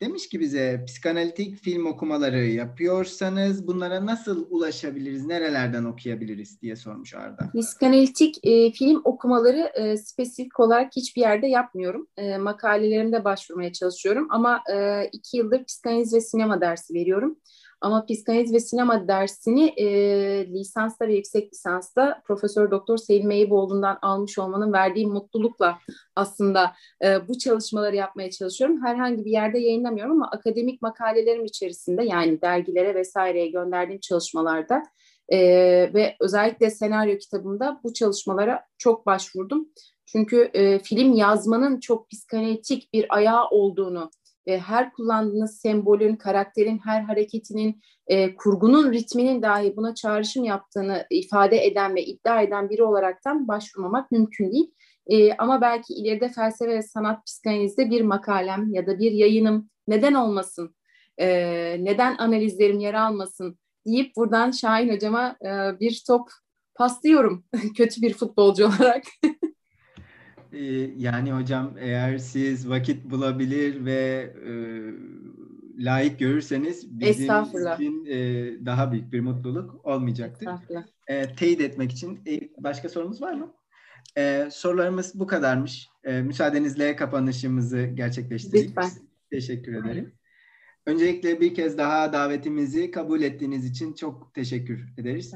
demiş ki bize psikanalitik film okumaları yapıyorsanız bunlara nasıl ulaşabiliriz, nerelerden okuyabiliriz diye sormuş Arda. Psikanalitik film okumaları spesifik olarak hiçbir yerde yapmıyorum. Makalelerimde başvurmaya çalışıyorum ama 2 yıldır psikanaliz ve sinema dersi veriyorum. Ama psikanaliz ve sinema dersini lisansta ve yüksek lisansta Profesör Doktor Selim Eyüboğlu'ndan almış olmanın verdiği mutlulukla aslında bu çalışmaları yapmaya çalışıyorum. Herhangi bir yerde yayınlamıyorum ama akademik makalelerim içerisinde, yani dergilere vesaireye gönderdiğim çalışmalarda ve özellikle senaryo kitabımda bu çalışmalara çok başvurdum. Çünkü film yazmanın çok psikanalitik bir ayağı olduğunu, her kullandığınız sembolün, karakterin her hareketinin, kurgunun ritminin dahi buna çağrışım yaptığını ifade eden ve iddia eden biri olaraktan başvurmamak mümkün değil. Ama belki ileride felsefe ve sanat psikanalizde bir makalem ya da bir yayınım neden olmasın, neden analizlerim yer almasın deyip buradan Şahin hocama bir top paslıyorum kötü bir futbolcu olarak. Yani hocam, eğer siz vakit bulabilir ve layık görürseniz bizim için daha büyük bir mutluluk olmayacaktır. Teyit etmek için başka sorumuz var mı? Sorularımız bu kadarmış. Müsaadenizle kapanışımızı gerçekleştireyim. Lütfen. Teşekkür ederim. Öncelikle bir kez daha davetimizi kabul ettiğiniz için çok teşekkür ederiz.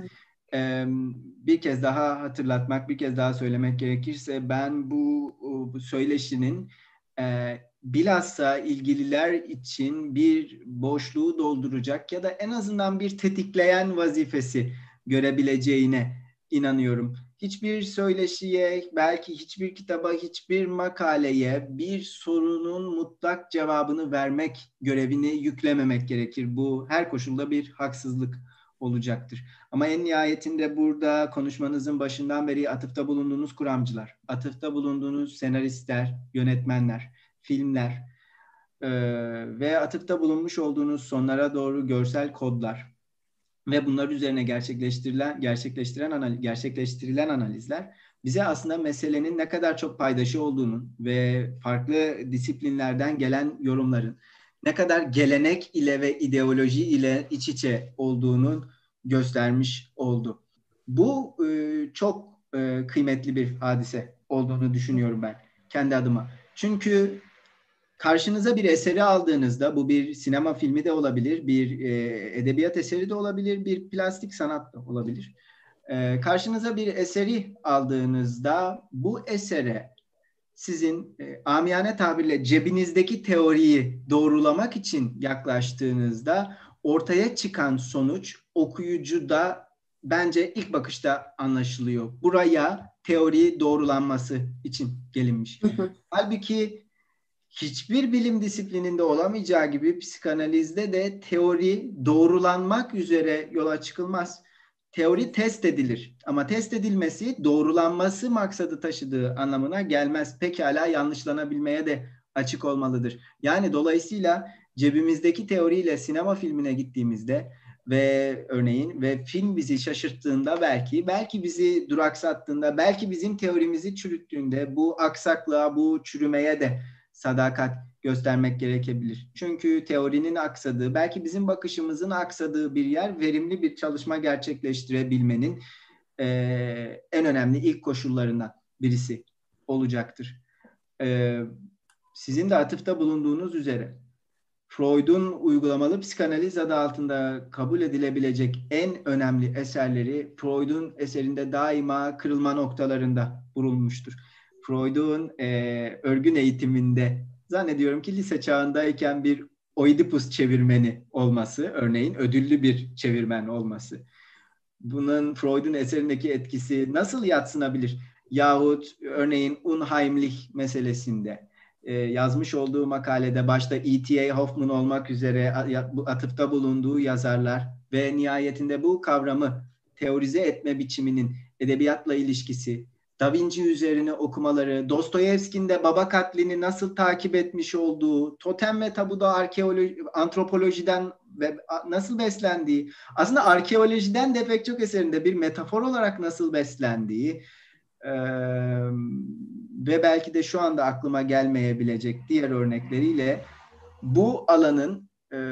Bir kez daha hatırlatmak, bir kez daha söylemek gerekirse ben bu söyleşinin bilhassa ilgililer için bir boşluğu dolduracak ya da en azından bir tetikleyen vazifesi görebileceğine inanıyorum. Hiçbir söyleşiye, belki hiçbir kitaba, hiçbir makaleye bir sorunun mutlak cevabını vermek görevini yüklememek gerekir. Bu her koşulda bir haksızlık olacaktır. Ama en nihayetinde burada konuşmanızın başından beri atıfta bulunduğunuz kuramcılar, atıfta bulunduğunuz senaristler, yönetmenler, filmler ve atıfta bulunmuş olduğunuz sonlara doğru görsel kodlar ve bunlar üzerine gerçekleştirilen analizler bize aslında meselenin ne kadar çok paydaşı olduğunun ve farklı disiplinlerden gelen yorumların ne kadar gelenek ile ve ideoloji ile iç içe olduğunun göstermiş oldu. Bu çok kıymetli bir hadise olduğunu düşünüyorum ben kendi adıma. Çünkü karşınıza bir eseri aldığınızda, bu bir sinema filmi de olabilir, bir edebiyat eseri de olabilir, bir plastik sanat da olabilir. Karşınıza bir eseri aldığınızda bu esere sizin amiyane tabirle cebinizdeki teoriyi doğrulamak için yaklaştığınızda ortaya çıkan sonuç okuyucuda bence ilk bakışta anlaşılıyor. Buraya teori doğrulanması için gelinmiş. Halbuki hiçbir bilim disiplininde olamayacağı gibi psikanalizde de teori doğrulanmak üzere yola çıkılmaz. Teori test edilir ama test edilmesi doğrulanması maksadı taşıdığı anlamına gelmez. Pekala yanlışlanabilmeye de açık olmalıdır. Yani dolayısıyla cebimizdeki teoriyle sinema filmine gittiğimizde ve örneğin ve film bizi şaşırttığında, belki bizi duraksattığında, belki bizim teorimizi çürüttüğünde bu aksaklığa, bu çürümeye de sadakat göstermek gerekebilir. Çünkü teorinin aksadığı, belki bizim bakışımızın aksadığı bir yer verimli bir çalışma gerçekleştirebilmenin en önemli ilk koşullarından birisi olacaktır. Sizin de atıfta bulunduğunuz üzere Freud'un uygulamalı psikanaliz adı altında kabul edilebilecek en önemli eserleri Freud'un eserinde daima kırılma noktalarında vurulmuştur. Freud'un örgün eğitiminde zannediyorum ki lise çağındayken bir Oidipus çevirmeni olması, örneğin ödüllü bir çevirmen olması. Bunun Freud'un eserindeki etkisi nasıl yadsınabilir? Yahut örneğin Unheimlich meselesinde yazmış olduğu makalede başta E.T.A. Hoffman olmak üzere atıfta bulunduğu yazarlar ve nihayetinde bu kavramı teorize etme biçiminin edebiyatla ilişkisi, Da Vinci üzerine okumaları, Dostoyevski'nin de baba katlini nasıl takip etmiş olduğu, totem ve tabuda antropolojiden ve nasıl beslendiği, aslında arkeolojiden de pek çok eserinde bir metafor olarak nasıl beslendiği ve belki de şu anda aklıma gelmeyebilecek diğer örnekleriyle bu alanın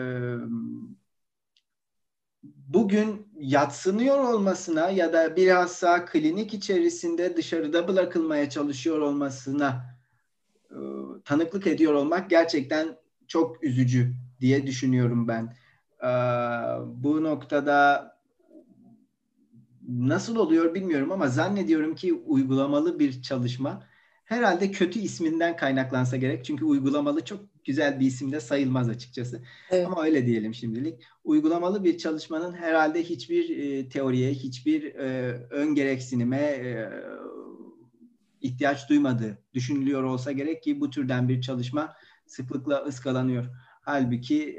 bugün yadsınıyor olmasına ya da bilhassa klinik içerisinde dışarıda bırakılmaya çalışıyor olmasına tanıklık ediyor olmak gerçekten çok üzücü diye düşünüyorum ben. Bu noktada nasıl oluyor bilmiyorum ama zannediyorum ki uygulamalı bir çalışma herhalde kötü isminden kaynaklansa gerek. Çünkü uygulamalı çok güzel bir isim de sayılmaz açıkçası. Evet. Ama öyle diyelim şimdilik. Uygulamalı bir çalışmanın herhalde hiçbir teoriye, hiçbir ön gereksinime ihtiyaç duymadığı düşünülüyor olsa gerek ki bu türden bir çalışma sıklıkla ıskalanıyor. Halbuki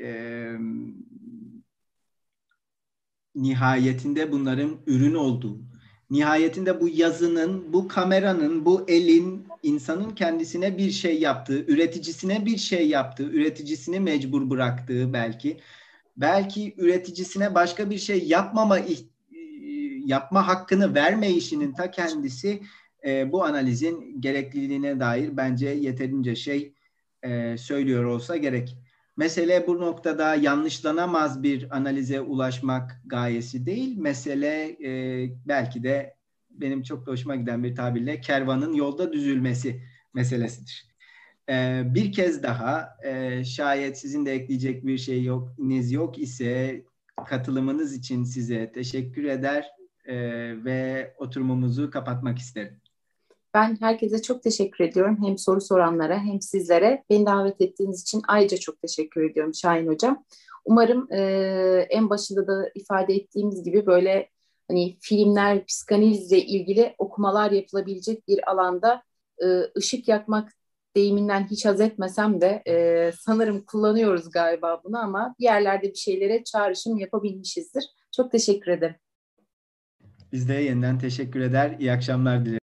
nihayetinde bunların ürün olduğu, nihayetinde bu yazının, bu kameranın, bu elin insanın kendisine bir şey yaptığı, üreticisine bir şey yaptığı, üreticisini mecbur bıraktığı belki üreticisine başka bir şey yapma hakkını vermeyişinin ta kendisi bu analizin gerekliliğine dair bence yeterince şey söylüyor olsa gerek. Mesele bu noktada yanlışlanamaz bir analize ulaşmak gayesi değil. Mesele belki de benim çok da hoşuma giden bir tabirle kervanın yolda düzülmesi meselesidir. Bir kez daha şayet sizin de ekleyecek bir şeyiniz yok ise katılımınız için size teşekkür eder ve oturumumuzu kapatmak isterim. Ben herkese çok teşekkür ediyorum. Hem soru soranlara hem sizlere. Beni davet ettiğiniz için ayrıca çok teşekkür ediyorum Şahin Hocam. Umarım en başında da ifade ettiğimiz gibi böyle hani filmler, psikanalizle ilgili okumalar yapılabilecek bir alanda ışık yakmak deyiminden hiç haz etmesem de sanırım kullanıyoruz galiba bunu ama bir yerlerde bir şeylere çağrışım yapabilmişizdir. Çok teşekkür ederim. Biz de yeniden teşekkür eder. İyi akşamlar dilerim.